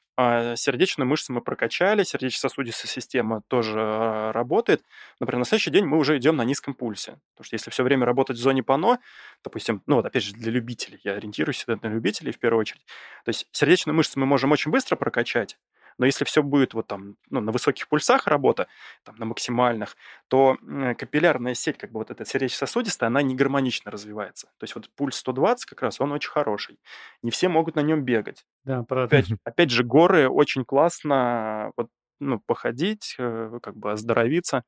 а сердечную мышцу мы прокачали, сердечно-сосудистая система тоже а, работает. Например, на следующий день мы уже идем на низком пульсе. Потому что если все время работать в зоне пано, допустим, ну вот опять же для любителей, я ориентируюсь всегда на любителей в первую очередь. То есть сердечную мышцу мы можем очень быстро прокачать, но если все будет вот там, ну, на высоких пульсах работа, там, на максимальных, то м, капиллярная сеть, как бы вот эта сердечно-сосудистая, она не гармонично развивается. То есть вот пульс сто двадцать как раз, он очень хороший. Не все могут на нем бегать. Да, правда. Опять, опять же, горы очень классно вот, ну, походить, э, как бы оздоровиться.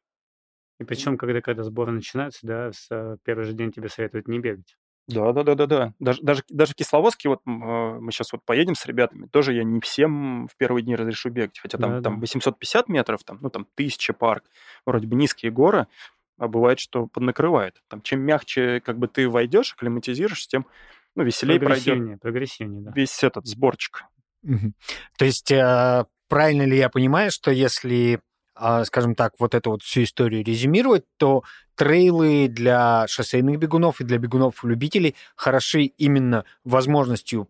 И причем, когда, когда сборы начинаются, да, с э, первый же день тебе советуют не бегать. Да, да, да, да, да. Даже, даже, даже Кисловодске, вот м, э, мы сейчас вот поедем с ребятами, тоже я не всем в первые дни разрешу бегать, хотя там, Да, там да. восемьсот пятьдесят метров, там, ну там тысяча парк, вроде бы низкие горы, а бывает, что поднакрывает. Там чем мягче как бы ты войдешь, акклиматизируешься, тем ну, веселее пройдет Прогрессивнее, прогрессивнее, да. весь этот сборчик. Мгм. То есть э, правильно ли я понимаю, что если, а, скажем так, вот эту вот всю историю резюмировать, то трейлы для шоссейных бегунов и для бегунов-любителей хороши именно возможностью,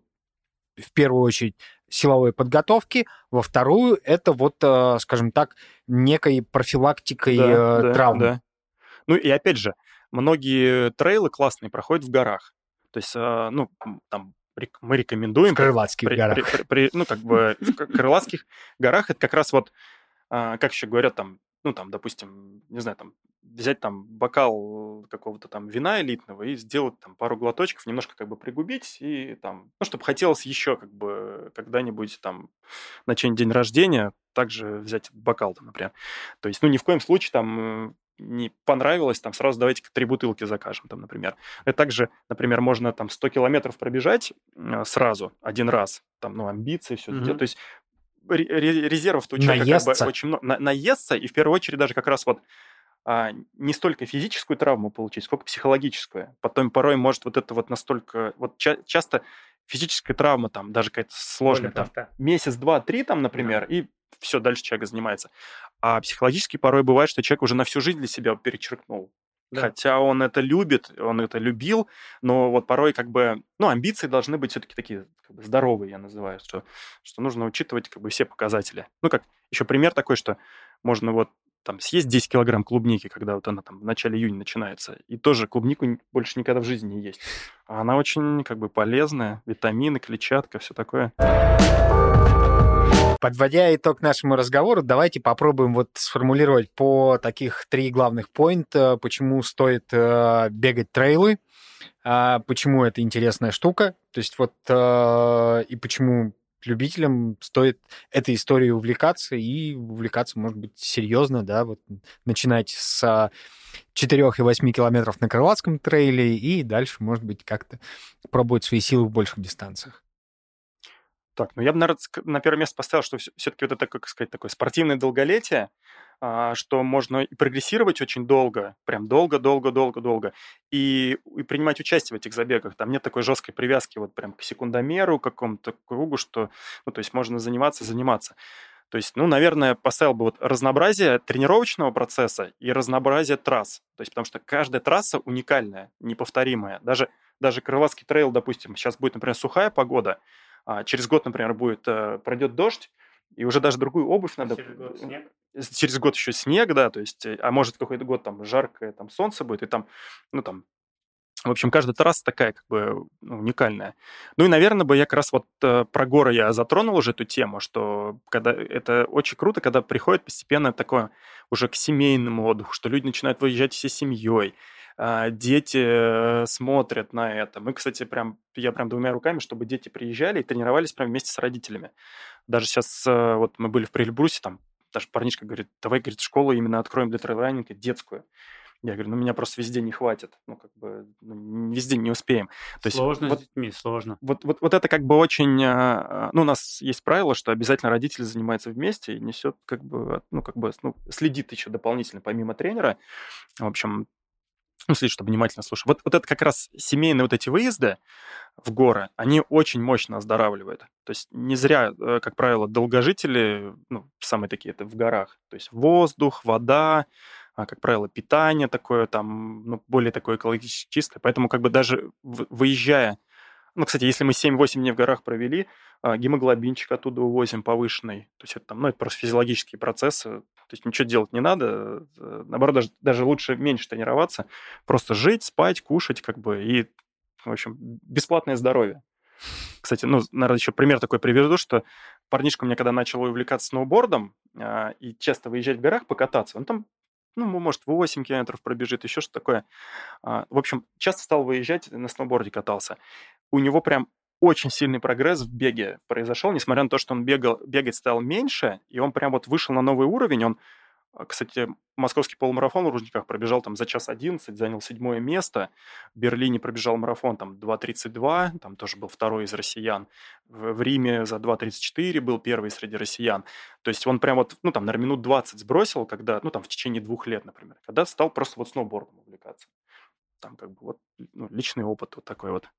в первую очередь, силовой подготовки, во вторую это вот, э, скажем так, некой профилактикой Да, э, да, травм. да. Ну и опять же, многие трейлы классные проходят в горах. То есть, а, ну, м, там рек- мы рекомендуем... В Крылатских при- горах. при- при- при- ну, как бы в К- Крылатских горах это как раз вот, а, как еще говорят, там, ну, там, допустим, не знаю, там, взять там бокал какого-то там вина элитного и сделать там пару глоточков, немножко как бы пригубить и там, ну, чтобы хотелось еще как бы когда-нибудь там на чей-нибудь день рождения также взять бокал там, например. То есть, ну, ни в коем случае там э, не понравилось, там сразу давайте три бутылки закажем, там, например. Это также, например, можно там сто километров пробежать э, сразу, один раз, там, ну, амбиции, все это Мгм. делать. То есть ре- ре- резервов-то у человека как бы Наесться. очень много. На- наесться, и в первую очередь даже как раз вот а, не столько физическую травму получить, сколько психологическую. Потом порой может вот это вот настолько... Вот ча- часто физическая травма там, даже какая-то сложная, Более там, проста. месяц, два, три там, например, и все, дальше человек занимается. А психологически порой бывает, что человек уже на всю жизнь для себя перечеркнул. Да. Хотя он это любит, он это любил, но вот порой как бы, ну, амбиции должны быть все-таки такие как бы здоровые, я называю, что, что нужно учитывать как бы все показатели. Ну, как еще пример такой, что можно вот там съесть десять килограмм клубники, когда вот она там в начале июня начинается, и тоже клубнику н- больше никогда в жизни не есть. А она очень как бы полезная, витамины, клетчатка, все такое. Подводя итог нашему разговору, давайте попробуем вот сформулировать по таких три главных поинта, почему стоит э, бегать трейлы, а, почему это интересная штука, то есть вот э, и почему любителям стоит этой историей увлекаться и увлекаться, может быть, серьезно, да, вот начинать с четырех и восьми километров на Крылатском трейле и дальше, может быть, как-то пробовать свои силы в больших дистанциях. Так, ну я бы, наверное, на первое место поставил, что все-таки вот это, как сказать, такое спортивное долголетие, а, что можно и прогрессировать очень долго, прям долго-долго-долго-долго, и, и принимать участие в этих забегах. Там нет такой жесткой привязки вот прям к секундомеру, к какому-то кругу, что, ну, то есть можно заниматься, заниматься. То есть, ну, наверное, поставил бы вот разнообразие тренировочного процесса и разнообразие трасс. То есть, потому что каждая трасса уникальная, неповторимая. Даже, даже Крылатский трейл, допустим, сейчас будет, например, сухая погода, а через год, например, будет, э, пройдет дождь, и уже даже другую обувь надо... Через год снег. Через год еще снег, да, то есть, э, а может какой-то год там жаркое, там солнце будет, и там, ну, там, в общем, каждая трасса такая как бы ну, уникальная. Ну и, наверное, бы я как раз вот э, про горы я затронул уже эту тему, что когда это очень круто, когда приходит постепенно такое уже к семейному отдыху, что люди начинают выезжать всей семьей, а, дети э, смотрят на это. Мы, кстати, прям, я прям двумя руками, чтобы дети приезжали и тренировались прям вместе с родителями. Даже сейчас э, вот мы были в Прельбрусе, там даже парнишка говорит, давай, говорит, школу именно откроем для трейлранинга детскую. Я говорю, ну, меня просто везде не хватит. Ну, как бы, ну, везде не успеем. То есть Сложно с вот, детьми, сложно. вот, вот, вот это как бы очень... а, Ну, у нас есть правило, что обязательно родители занимаются вместе и несет как бы, ну, как бы, ну, следит еще дополнительно помимо тренера. В общем, ну, следит, чтобы внимательно слушал. Вот, вот это как раз семейные вот эти выезды в горы, они очень мощно оздоравливают. То есть не зря, э, как правило, долгожители, ну, самые такие, это в горах. То есть воздух, вода, а, как правило, питание такое там, ну, более такое экологически чистое. Поэтому как бы даже в- выезжая, ну, кстати, если мы семь-восемь дней в горах провели, а, гемоглобинчик оттуда увозим повышенный. То есть это там, ну, это просто физиологические процессы. То есть ничего делать не надо. э, Наоборот, даже, даже лучше меньше тренироваться. Просто жить, спать, кушать, как бы, и, в общем, бесплатное здоровье. Кстати, ну, наверное, еще пример такой приведу, что парнишка у меня, когда начал увлекаться сноубордом а, и часто выезжать в горах покататься, он там, ну, может, восемь километров пробежит, еще что-то такое. А, В общем, часто стал выезжать, на сноуборде катался. У него прям очень сильный прогресс в беге произошел, несмотря на то, что он бегал, бегать стал меньше, и он прям вот вышел на новый уровень. Он, а, кстати, московский полумарафон в Лужниках пробежал там за час одиннадцать, занял седьмое место. В Берлине пробежал марафон там два тридцать два, там тоже был второй из россиян. В, в Риме за два тридцать четыре был первый среди россиян. То есть он прям вот, ну там, наверное, минут двадцать сбросил, когда, ну там в течение двух лет, например, когда стал просто вот сноубордом увлекаться. Там как бы вот, ну, личный опыт вот такой вот.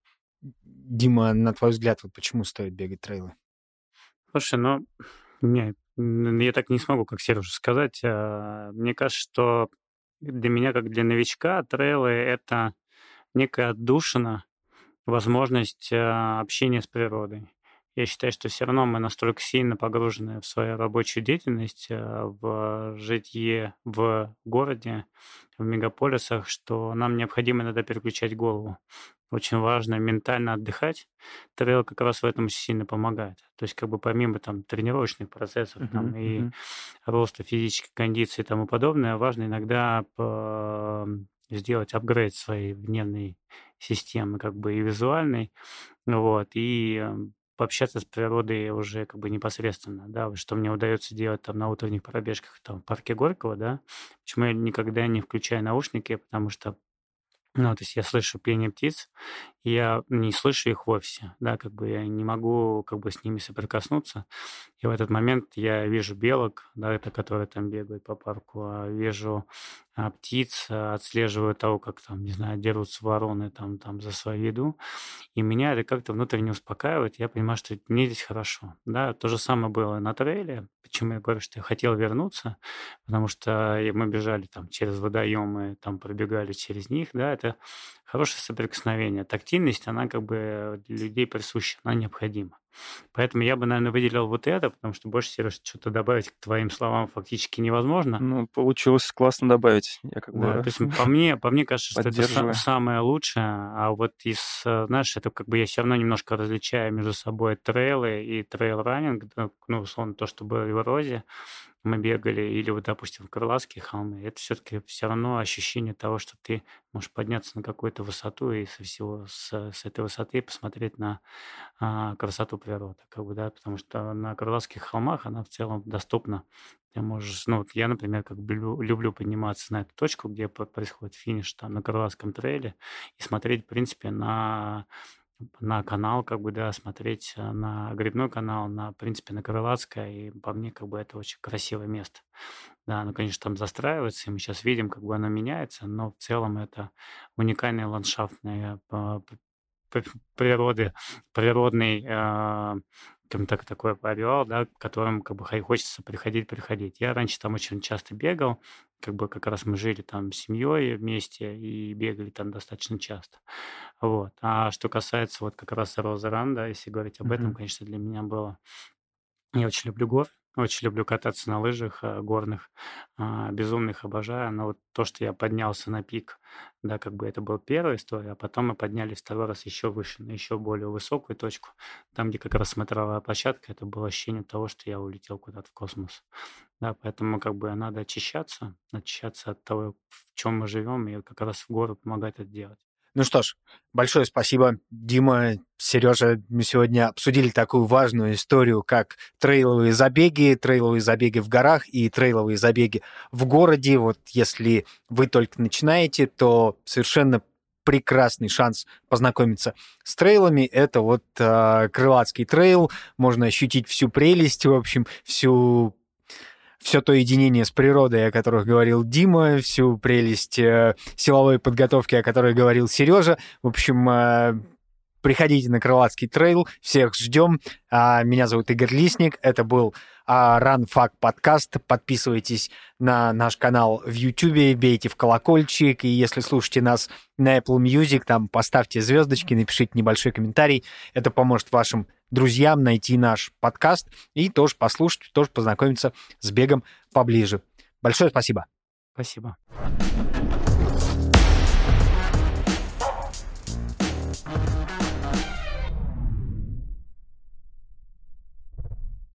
Дима, на твой взгляд, вот почему стоит бегать трейлы? Слушай, ну, не, н- я так не смогу, как Сережа, сказать. А, Мне кажется, что для меня, как для новичка, трейлы — это некая отдушина, возможность а, общения с природой. Я считаю, что все равно мы настолько сильно погружены в свою рабочую деятельность, а, в житье в городе, в мегаполисах, что нам необходимо иногда переключать голову. Очень важно ментально отдыхать. Трейл как раз в этом очень сильно помогает. То есть как бы помимо там тренировочных процессов там Мгм, и мгм. роста физической кондиции и тому подобное, важно иногда по- сделать апгрейд своей нервной системы, как бы и визуальной, вот, и э, пообщаться с природой уже как бы непосредственно, да, вот что мне удается делать там на утренних пробежках там в парке Горького, да, почему я никогда не включаю наушники, потому что ну, то есть я слышу пение птиц, и я не слышу их вовсе, да, как бы я не могу как бы с ними соприкоснуться. И в этот момент я вижу белок, да, это которые там бегают по парку, а вижу а, птиц, а, отслеживаю того, как там, не знаю, дерутся вороны там, там за свою еду. И меня это как-то внутренне успокаивает. Я понимаю, что мне здесь хорошо. Да, то же самое было на трейле. Почему я говорю, что я хотел вернуться? Потому что и мы бежали там через водоемы, там пробегали через них. Да, это хорошее соприкосновение. Тактильность, она как бы для людей присуща, она необходима. Поэтому я бы, наверное, выделил вот это, потому что больше, Сереж, что-то добавить к твоим словам фактически невозможно. Ну, получилось классно добавить. Я как Да, бы то есть м, по мне, по мне кажется, что это са- поддерживаю. самое лучшее, а вот из, э, знаешь, это как бы я все равно немножко различаю между собой трейлы и трейл-раннинг, да, ну, условно, то, что было в Розе, мы бегали, или вот, допустим, в Крылатские холмы, это все-таки все равно ощущение того, что ты можешь подняться на какую-то высоту и со всего, с, с этой высоты посмотреть на а, красоту природы, как бы, да, потому что на Крылатских холмах она в целом доступна. Ты можешь, ну, вот я, например, как бы лю- люблю подниматься на эту точку, где по- происходит финиш там на Крылатском трейле и смотреть, в принципе, на на канал, как бы, да, смотреть э, на грибной канал, на, в принципе, на Крылатское, и по мне, как бы, это очень красивое место. Да, оно, конечно, там застраивается, и мы сейчас видим, как бы оно меняется, но в целом это уникальное ландшафтное а, п- п- природы, природный, а, скажем так, такой ареал, да, к которому как бы хо- хочется приходить, приходить. Я раньше там очень часто бегал, как бы как раз мы жили там с семьей вместе и бегали там достаточно часто. Вот. А что касается вот как раз Розы Ран, да, если говорить об этом, Мгм. конечно, для меня было я очень люблю горы, очень люблю кататься на лыжах э, горных, а, безумно их обожаю. Но вот то, что я поднялся на пик, да, как бы это была первая история, а потом мы поднялись второй раз еще выше, на еще более высокую точку, там, где как раз смотровая площадка, это было ощущение того, что я улетел куда-то в космос. Да, поэтому как бы надо очищаться, очищаться от того, в чем мы живем, и как раз в горы помогает это делать. Ну что ж, большое спасибо, Дима, Сережа. Мы сегодня обсудили такую важную историю, как трейловые забеги, трейловые забеги в горах и трейловые забеги в городе. Вот если вы только начинаете, то совершенно прекрасный шанс познакомиться с трейлами. Это вот э, Крылатский трейл. Можно ощутить всю прелесть, в общем, всю... все то единение с природой, о которых говорил Дима, всю прелесть э, силовой подготовки, о которой говорил Сережа. В общем, э, приходите на Крылатский трейл, всех ждем. А, меня зовут Игорь Лисник, это был а, Run Fuck подкаст. Подписывайтесь на наш канал в YouTube, бейте в колокольчик, и если слушаете нас на Apple Music, там поставьте звездочки, напишите небольшой комментарий. Это поможет вашим друзьям найти наш подкаст и тоже послушать, тоже познакомиться с бегом поближе. Большое спасибо. Спасибо.